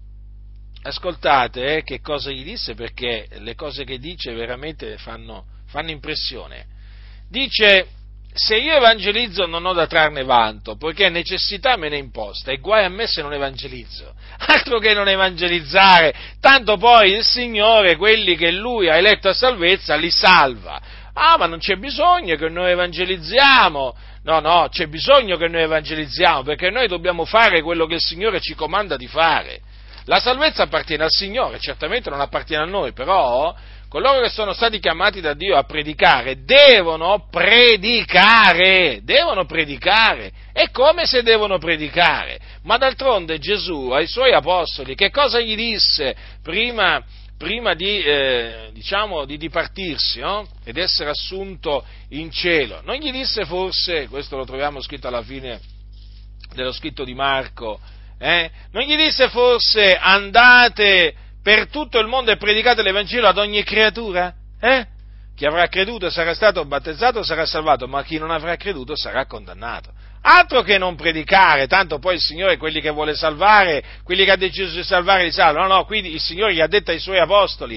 ascoltate eh, che cosa gli disse, perché le cose che dice veramente fanno, fanno impressione. Dice: se io evangelizzo non ho da trarne vanto, poiché necessità me ne è imposta, e guai a me se non evangelizzo. Altro che non evangelizzare, tanto poi il Signore, quelli che Lui ha eletto a salvezza, li salva. Ah, ma non c'è bisogno che noi evangelizziamo. No, no, c'è bisogno che noi evangelizziamo, perché noi dobbiamo fare quello che il Signore ci comanda di fare. La salvezza appartiene al Signore, certamente non appartiene a noi, però coloro che sono stati chiamati da Dio a predicare devono predicare, devono predicare. E come se devono predicare? Ma d'altronde Gesù ai Suoi apostoli che cosa gli disse prima, prima di, eh, diciamo, di dipartirsi, no? Ed essere assunto in cielo? Non gli disse forse, questo lo troviamo scritto alla fine dello scritto di Marco, eh? Non gli disse forse: andate per tutto il mondo e predicate l'Evangelo ad ogni creatura? Eh? Chi avrà creduto sarà stato battezzato sarà salvato, ma chi non avrà creduto sarà condannato. Altro che non predicare, tanto poi il Signore quelli che vuole salvare, quelli che ha deciso di salvare li salva. No, no, quindi il Signore gli ha detto ai Suoi apostoli: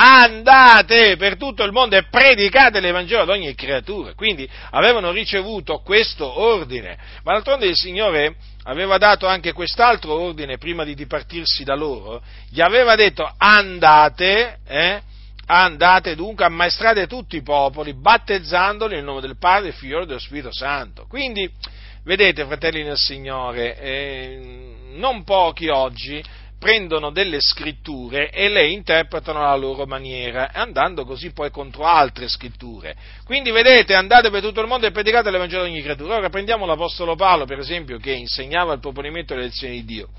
andate per tutto il mondo e predicate l'Evangelo ad ogni creatura. Quindi avevano ricevuto questo ordine, ma d'altronde il Signore aveva dato anche quest'altro ordine prima di dipartirsi da loro. Gli aveva detto: andate, eh, andate dunque, ammaestrate tutti i popoli, battezzandoli nel nome del Padre, del Figlio e dello Spirito Santo. Quindi, vedete, fratelli nel Signore, eh, non pochi oggi prendono delle scritture e le interpretano alla loro maniera, andando così poi contro altre scritture. Quindi, vedete, andate per tutto il mondo e predicate l'Evangelo ad ogni creatura. Ora prendiamo l'Apostolo Paolo, per esempio, che insegnava il proponimento dell'elezione di Dio.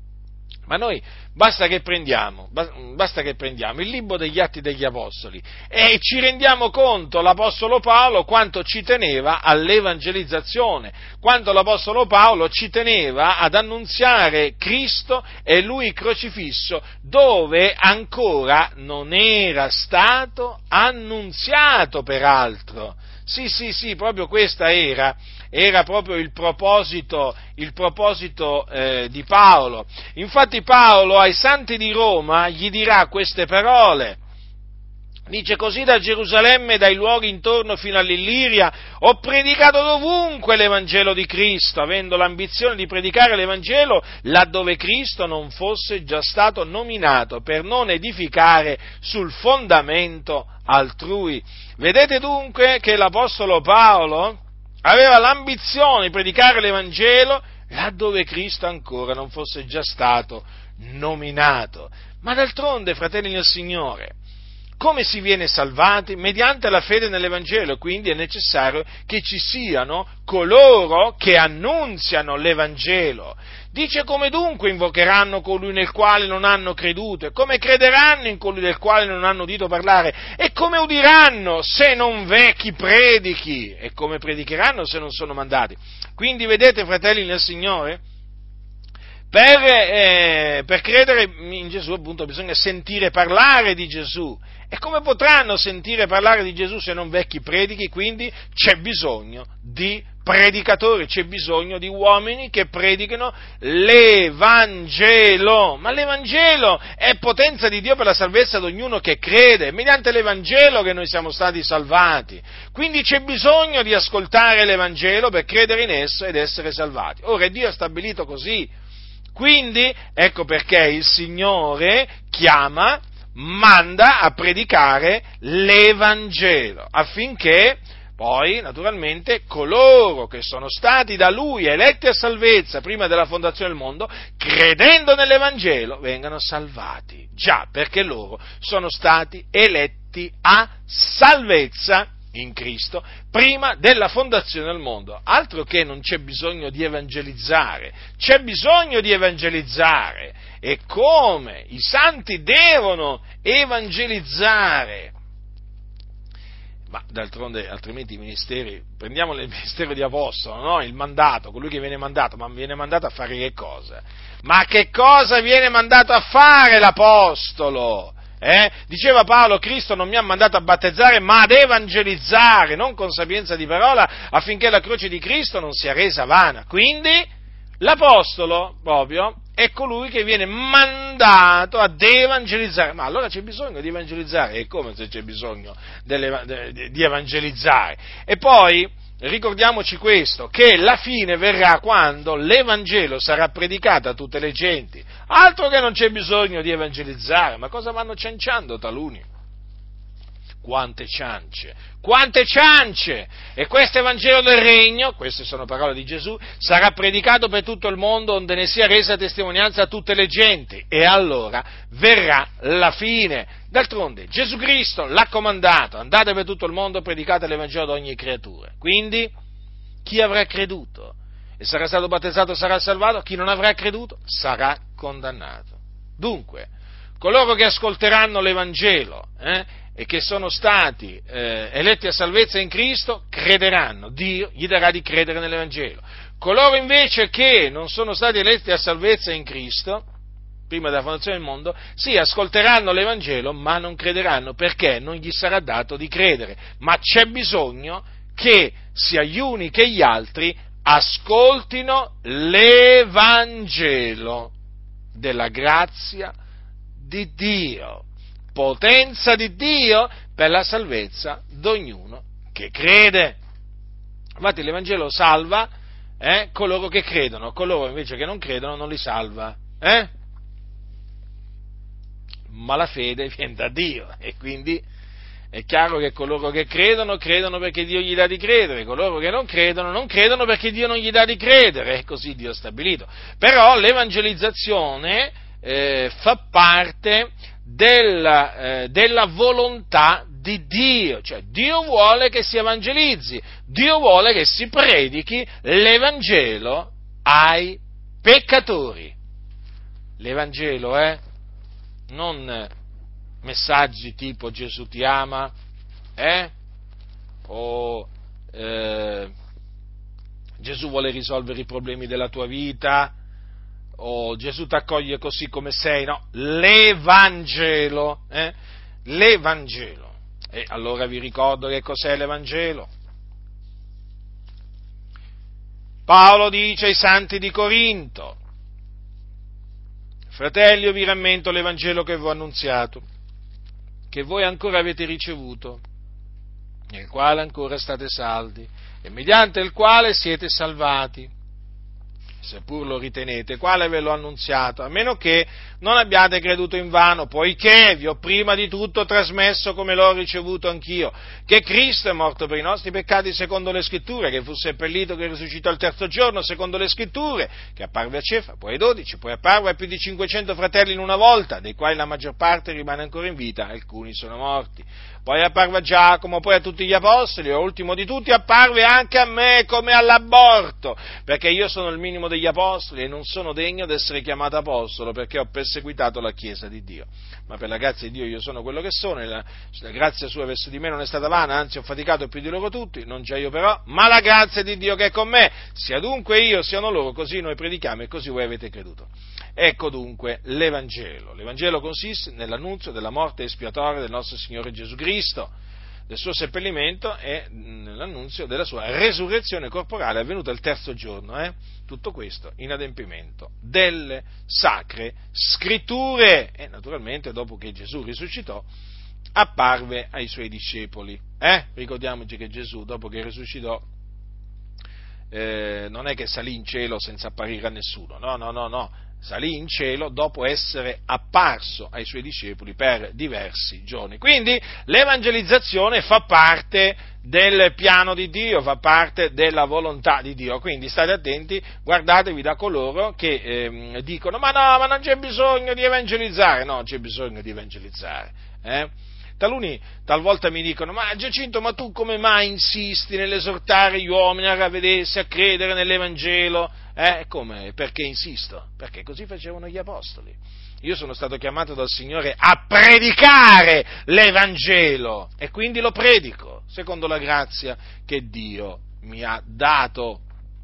Ma noi basta che prendiamo, basta che prendiamo il libro degli Atti degli Apostoli e ci rendiamo conto, l'Apostolo Paolo, quanto ci teneva all'evangelizzazione, quanto l'Apostolo Paolo ci teneva ad annunziare Cristo e Lui crocifisso, dove ancora non era stato annunziato, peraltro. Sì, sì, sì, proprio questa era, era proprio il proposito, il proposito eh, di Paolo. Infatti Paolo ai santi di Roma gli dirà queste parole. Dice: così da Gerusalemme e dai luoghi intorno fino all'Illiria ho predicato dovunque l'Evangelo di Cristo, avendo l'ambizione di predicare l'Evangelo laddove Cristo non fosse già stato nominato, per non edificare sul fondamento altrui. Vedete dunque che l'Apostolo Paolo aveva l'ambizione di predicare l'Evangelo laddove Cristo ancora non fosse già stato nominato. Ma d'altronde, fratelli nel Signore, come si viene salvati? Mediante la fede nell'Evangelo, quindi è necessario che ci siano coloro che annunziano l'Evangelo. Dice: come dunque invocheranno colui nel quale non hanno creduto? E come crederanno in colui del quale non hanno udito parlare? E come udiranno se non v'è chi predichi? E come predicheranno se non sono mandati? Quindi vedete, fratelli nel Signore, per, eh, per credere in Gesù, appunto, bisogna sentire parlare di Gesù. E come potranno sentire parlare di Gesù se non vecchi predichi? Quindi c'è bisogno di predicatori, c'è bisogno di uomini che predichino l'Evangelo. Ma l'Evangelo è potenza di Dio per la salvezza di ognuno che crede, è mediante l'Evangelo che noi siamo stati salvati. Quindi c'è bisogno di ascoltare l'Evangelo per credere in esso ed essere salvati. Ora Dio ha stabilito così. Quindi ecco perché il Signore chiama, manda a predicare l'Evangelo, affinché poi, naturalmente, coloro che sono stati da Lui eletti a salvezza prima della fondazione del mondo, credendo nell'Evangelo, vengano salvati. Già, perché loro sono stati eletti a salvezza in Cristo prima della fondazione del mondo. Altro che non c'è bisogno di evangelizzare, c'è bisogno di evangelizzare. E come? I santi devono evangelizzare. Ma d'altronde, altrimenti i ministeri, prendiamo il ministero di apostolo, no? Il mandato, colui che viene mandato, ma viene mandato a fare che cosa? Ma che cosa viene mandato a fare l'apostolo? Eh? Diceva Paolo: Cristo non mi ha mandato a battezzare, ma ad evangelizzare, non con sapienza di parola, affinché la croce di Cristo non sia resa vana. Quindi l'apostolo proprio è colui che viene mandato ad evangelizzare. Ma allora c'è bisogno di evangelizzare? E come se c'è bisogno delle, di evangelizzare? E poi ricordiamoci questo, che la fine verrà quando l'Evangelo sarà predicato a tutte le genti. Altro che non c'è bisogno di evangelizzare, ma cosa vanno cianciando taluni? Quante ciance, quante ciance! E questo Evangelo del Regno, queste sono parole di Gesù, sarà predicato per tutto il mondo, onde ne sia resa testimonianza a tutte le genti, e allora verrà la fine. D'altronde Gesù Cristo l'ha comandato: andate per tutto il mondo e predicate l'Evangelo ad ogni creatura. Quindi chi avrà creduto e sarà stato battezzato sarà salvato, chi non avrà creduto sarà condannato. Dunque, coloro che ascolteranno l'Evangelo eh, e che sono stati eh, eletti a salvezza in Cristo, crederanno, Dio gli darà di credere nell'Evangelo. Coloro invece che non sono stati eletti a salvezza in Cristo, prima della fondazione del mondo, sì, ascolteranno l'Evangelo, ma non crederanno, perché non gli sarà dato di credere. Ma c'è bisogno che sia gli uni che gli altri ascoltino l'Evangelo della grazia di Dio, potenza di Dio per la salvezza di ognuno che crede. Infatti l'Evangelo salva eh, coloro che credono, coloro invece che non credono non li salva. Eh? Ma la fede viene da Dio, e quindi è chiaro che coloro che credono, credono perché Dio gli dà di credere, coloro che non credono, non credono perché Dio non gli dà di credere, e così Dio ha stabilito. Però l'evangelizzazione eh, fa parte della, eh, della volontà di Dio, cioè Dio vuole che si evangelizzi, Dio vuole che si predichi l'Evangelo ai peccatori. L'Evangelo è non messaggi tipo Gesù ti ama, eh? o eh, Gesù vuole risolvere i problemi della tua vita, o Gesù ti accoglie così come sei, no? L'Evangelo, eh? L'Evangelo. E allora vi ricordo che cos'è l'Evangelo? Paolo dice ai santi di Corinto: fratelli, io vi rammento l'Evangelo che vi ho annunziato, che voi ancora avete ricevuto, nel quale ancora state saldi, e mediante il quale siete salvati, seppur lo ritenete, quale ve l'ho annunziato, a meno che non abbiate creduto invano, poiché vi ho prima di tutto trasmesso, come l'ho ricevuto anch'io, che Cristo è morto per i nostri peccati secondo le Scritture, che fu seppellito, che risuscitò il terzo giorno secondo le Scritture, che apparve a Cefa, poi ai dodici, poi apparve a più di cinquecento fratelli in una volta, dei quali la maggior parte rimane ancora in vita, alcuni sono morti. Poi apparve a Giacomo, poi a tutti gli apostoli, e ultimo di tutti apparve anche a me come all'aborto, perché io sono il minimo degli apostoli e non sono degno d'essere chiamato apostolo, perché ho perseguitato la Chiesa di Dio. Ma per la grazia di Dio io sono quello che sono, e la, la grazia sua verso di me non è stata vana, anzi ho faticato più di loro tutti, non già io però, ma la grazia di Dio che è con me, sia dunque io, siano loro, così noi predichiamo e così voi avete creduto. Ecco dunque l'Evangelo. L'Evangelo consiste nell'annunzio della morte espiatoria del nostro Signore Gesù Cristo, del suo seppellimento e nell'annunzio della sua resurrezione corporale avvenuta il terzo giorno. Eh? Tutto questo in adempimento delle sacre scritture. E naturalmente dopo che Gesù risuscitò apparve ai suoi discepoli. Eh? Ricordiamoci che Gesù dopo che risuscitò eh, non è che salì in cielo senza apparire a nessuno, no, no, no, no. Salì in cielo dopo essere apparso ai suoi discepoli per diversi giorni. Quindi l'evangelizzazione fa parte del piano di Dio, fa parte della volontà di Dio. Quindi state attenti, guardatevi da coloro che eh, dicono ma no, ma non c'è bisogno di evangelizzare. No, c'è bisogno di evangelizzare. Eh? Taluni talvolta mi dicono, ma Giacinto, ma tu come mai insisti nell'esortare gli uomini a ravvedersi, a credere nell'Evangelo? Eh, come? Perché insisto? Perché così facevano gli apostoli. Io sono stato chiamato dal Signore a predicare l'Evangelo e quindi lo predico, secondo la grazia che Dio mi ha dato.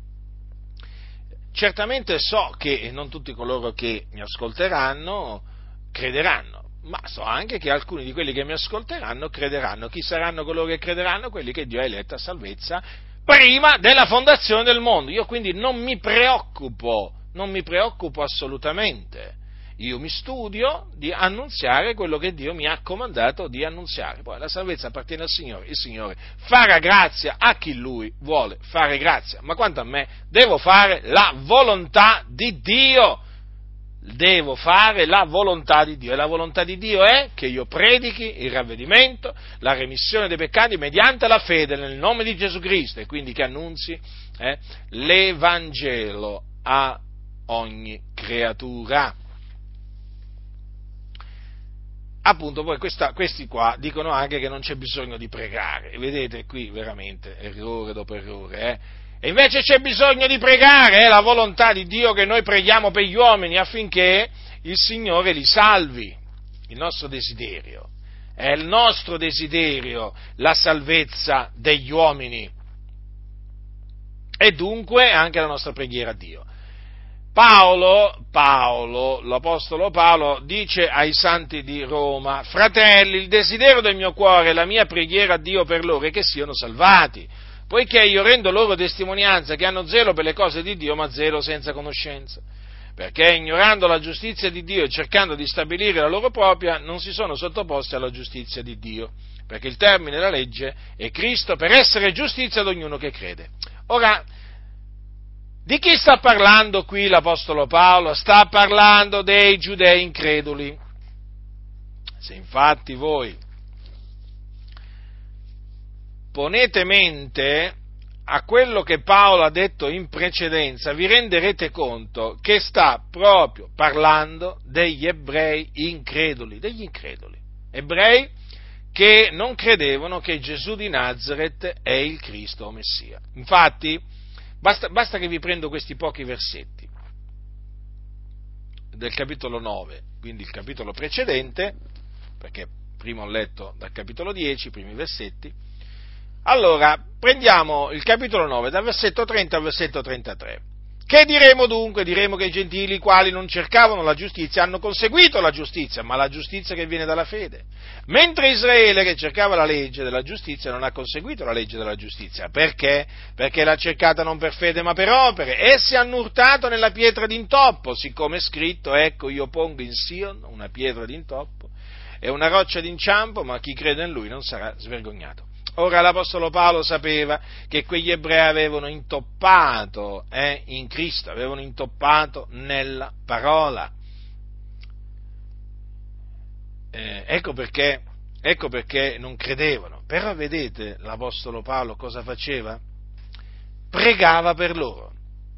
Certamente so che non tutti coloro che mi ascolteranno crederanno, ma so anche che alcuni di quelli che mi ascolteranno crederanno. Chi saranno coloro che crederanno? Quelli che Dio ha eletto a salvezza prima della fondazione del mondo. Io quindi non mi preoccupo, non mi preoccupo assolutamente. Io mi studio di annunziare quello che Dio mi ha comandato di annunziare. Poi la salvezza appartiene al Signore, il Signore farà grazia a chi Lui vuole fare grazia. Ma quanto a me, devo fare la volontà di Dio. Devo fare la volontà di Dio, e la volontà di Dio è che io predichi il ravvedimento, la remissione dei peccati mediante la fede nel nome di Gesù Cristo, e quindi che annunzi eh, l'Evangelo a ogni creatura. Appunto, poi questa, questi qua dicono anche che non c'è bisogno di pregare, e vedete qui veramente errore dopo errore, eh? E invece c'è bisogno di pregare, è la volontà di Dio che noi preghiamo per gli uomini affinché il Signore li salvi. Il nostro desiderio, è il nostro desiderio la salvezza degli uomini. E dunque anche la nostra preghiera a Dio. Paolo, Paolo, l'Apostolo Paolo dice ai santi di Roma: fratelli, il desiderio del mio cuore e la mia preghiera a Dio per loro è che siano salvati. Poiché io rendo loro testimonianza che hanno zelo per le cose di Dio, ma zelo senza conoscenza. Perché ignorando la giustizia di Dio e cercando di stabilire la loro propria, non si sono sottoposti alla giustizia di Dio. Perché il termine della legge è Cristo per essere giustizia ad ognuno che crede. Ora, di chi sta parlando qui l'Apostolo Paolo? Sta parlando dei giudei increduli. Se infatti voi ponete mente a quello che Paolo ha detto in precedenza, vi renderete conto che sta proprio parlando degli ebrei increduli, degli increduli, ebrei che non credevano che Gesù di Nazaret è il Cristo o Messia. Infatti, basta, basta che vi prendo questi pochi versetti del capitolo nove, quindi il capitolo precedente, perché prima ho letto dal capitolo dieci, i primi versetti. Allora, prendiamo il capitolo nove, dal versetto trenta al versetto trentatré, Che diremo dunque? Diremo che i gentili, i quali non cercavano la giustizia, hanno conseguito la giustizia, ma la giustizia che viene dalla fede. Mentre Israele, che cercava la legge della giustizia, non ha conseguito la legge della giustizia. Perché? Perché l'ha cercata non per fede, ma per opere. Essi hanno urtato nella pietra d'intoppo, siccome è scritto, ecco, io pongo in Sion una pietra d'intoppo e una roccia d'inciampo, ma chi crede in lui non sarà svergognato. Ora l'Apostolo Paolo sapeva che quegli ebrei avevano intoppato eh, in Cristo, avevano intoppato nella parola. Eh, ecco perché, ecco perché non credevano. Però vedete l'Apostolo Paolo cosa faceva? Pregava per loro.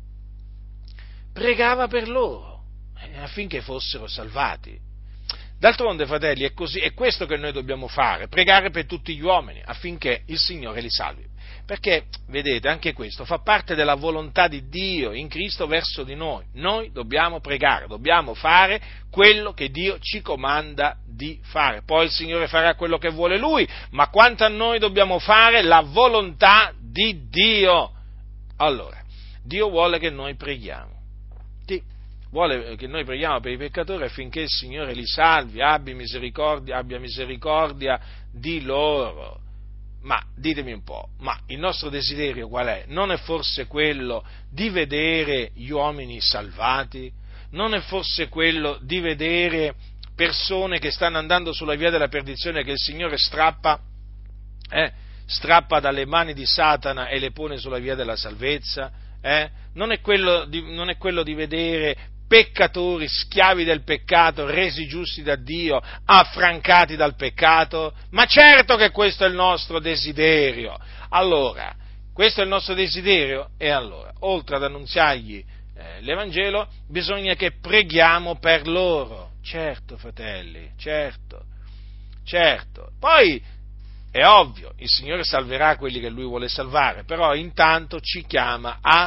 Pregava per loro eh, affinché fossero salvati. D'altronde, fratelli, è così, è questo che noi dobbiamo fare, pregare per tutti gli uomini, affinché il Signore li salvi. Perché, vedete, anche questo fa parte della volontà di Dio in Cristo verso di noi. Noi dobbiamo pregare, dobbiamo fare quello che Dio ci comanda di fare. Poi il Signore farà quello che vuole Lui, ma quanto a noi dobbiamo fare la volontà di Dio. Allora, Dio vuole che noi preghiamo. Sì. Vuole che noi preghiamo per i peccatori affinché il Signore li salvi, abbia misericordia, abbia misericordia di loro. Ma ditemi un po', ma il nostro desiderio qual è? Non è forse quello di vedere gli uomini salvati? Non è forse quello di vedere persone che stanno andando sulla via della perdizione che il Signore strappa, eh, strappa dalle mani di Satana e le pone sulla via della salvezza? Eh? Non è quello di, non è quello di vedere peccatori, schiavi del peccato, resi giusti da Dio, affrancati dal peccato? Ma certo che questo è il nostro desiderio. Allora, questo è il nostro desiderio e allora, oltre ad annunziargli eh, l'Evangelo, bisogna che preghiamo per loro. Certo, fratelli, certo, certo. Poi è ovvio, il Signore salverà quelli che Lui vuole salvare, però intanto ci chiama a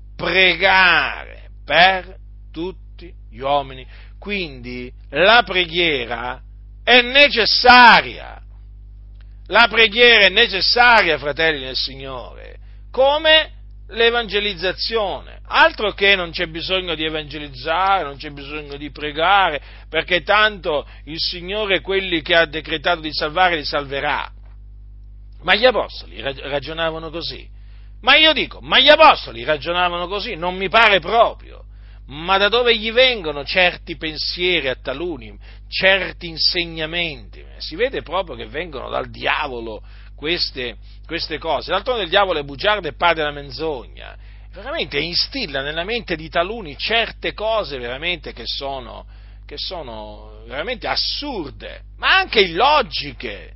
pregare per tutti gli uomini. Quindi la preghiera è necessaria. La preghiera è necessaria, fratelli del Signore, come l'evangelizzazione. Altro che non c'è bisogno di evangelizzare, non c'è bisogno di pregare, perché tanto il Signore quelli che ha decretato di salvare li salverà. Ma gli apostoli ragionavano così. Ma io dico, ma gli apostoli ragionavano così? Non mi pare proprio. Ma da dove gli vengono certi pensieri a taluni, certi insegnamenti? Si vede proprio che vengono dal diavolo queste, queste cose. D'altronde il diavolo è bugiardo e padre della menzogna. Veramente instilla nella mente di taluni certe cose veramente che sono, che sono veramente assurde, ma anche illogiche.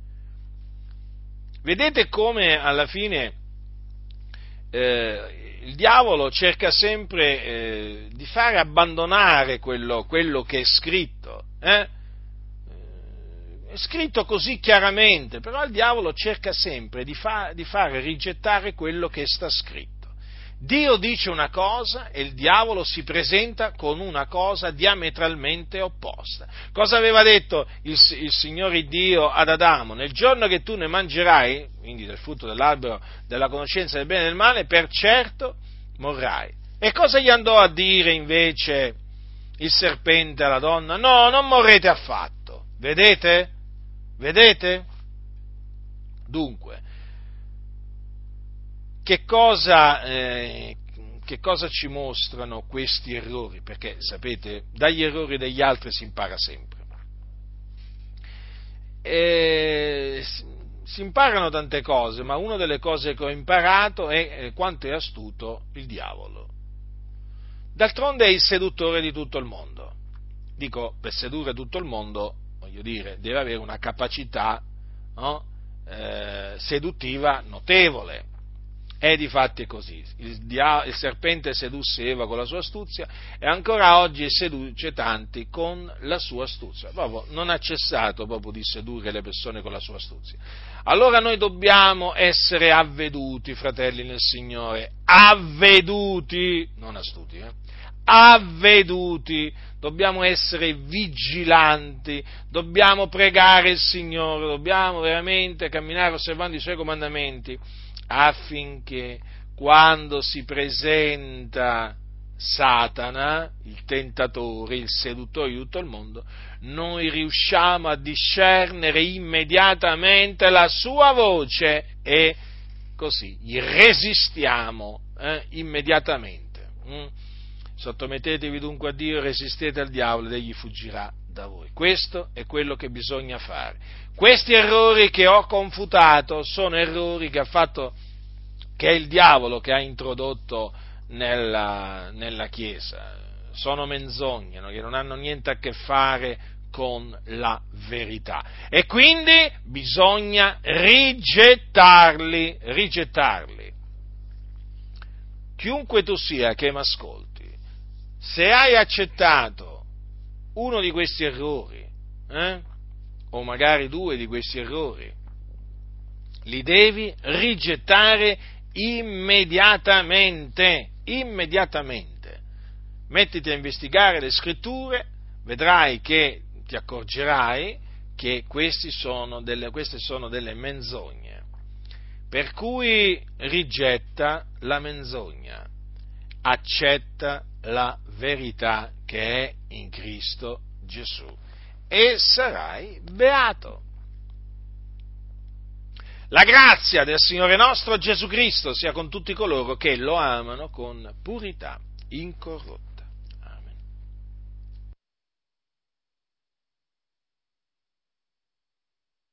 Vedete come alla fine eh, il diavolo cerca sempre eh, di fare abbandonare quello, quello che è scritto, eh? È scritto così chiaramente, però il diavolo cerca sempre di, fa, di fare rigettare quello che sta scritto. Dio dice una cosa e il diavolo si presenta con una cosa diametralmente opposta. Cosa aveva detto il, il Signore Dio ad Adamo? Nel giorno che tu ne mangerai, quindi del frutto dell'albero della conoscenza del bene e del male, per certo morrai. E cosa gli andò a dire invece il serpente alla donna? No, non morrete affatto. Vedete? Vedete? Dunque, Che cosa, eh, che cosa ci mostrano questi errori? Perché, sapete, dagli errori degli altri si impara sempre. E si imparano tante cose, ma una delle cose che ho imparato è quanto è astuto il diavolo. D'altronde è il seduttore di tutto il mondo. Dico, per sedurre tutto il mondo, voglio dire, deve avere una capacità no? eh, seduttiva notevole. E difatti è così, il, dia- il serpente sedusse Eva con la sua astuzia e ancora oggi seduce tanti con la sua astuzia, proprio non ha cessato proprio di sedurre le persone con la sua astuzia. Allora noi dobbiamo essere avveduti, fratelli nel Signore, avveduti, non astuti, eh? avveduti, dobbiamo essere vigilanti, dobbiamo pregare il Signore, dobbiamo veramente camminare osservando i Suoi comandamenti, affinché quando si presenta Satana, il tentatore, il seduttore di tutto il mondo, noi riusciamo a discernere immediatamente la sua voce e così gli resistiamo eh, immediatamente. Mm? Sottomettetevi dunque a Dio, resistete al diavolo ed egli fuggirà da voi. Questo è quello che bisogna fare. Questi errori che ho confutato sono errori che ha fatto, che è il diavolo che ha introdotto nella, nella Chiesa. Sono menzogne, no? Che non hanno niente a che fare con la verità. E quindi bisogna rigettarli, rigettarli. Chiunque tu sia che mi ascolti, se hai accettato uno di questi errori, eh, o magari due di questi errori, li devi rigettare immediatamente, immediatamente. Mettiti a investigare le scritture, vedrai che ti accorgerai che questi sono delle, queste sono delle menzogne. Per cui rigetta la menzogna, accetta la verità che è in Cristo Gesù e sarai beato. La grazia del Signore nostro Gesù Cristo sia con tutti coloro che lo amano con purità incorrotta.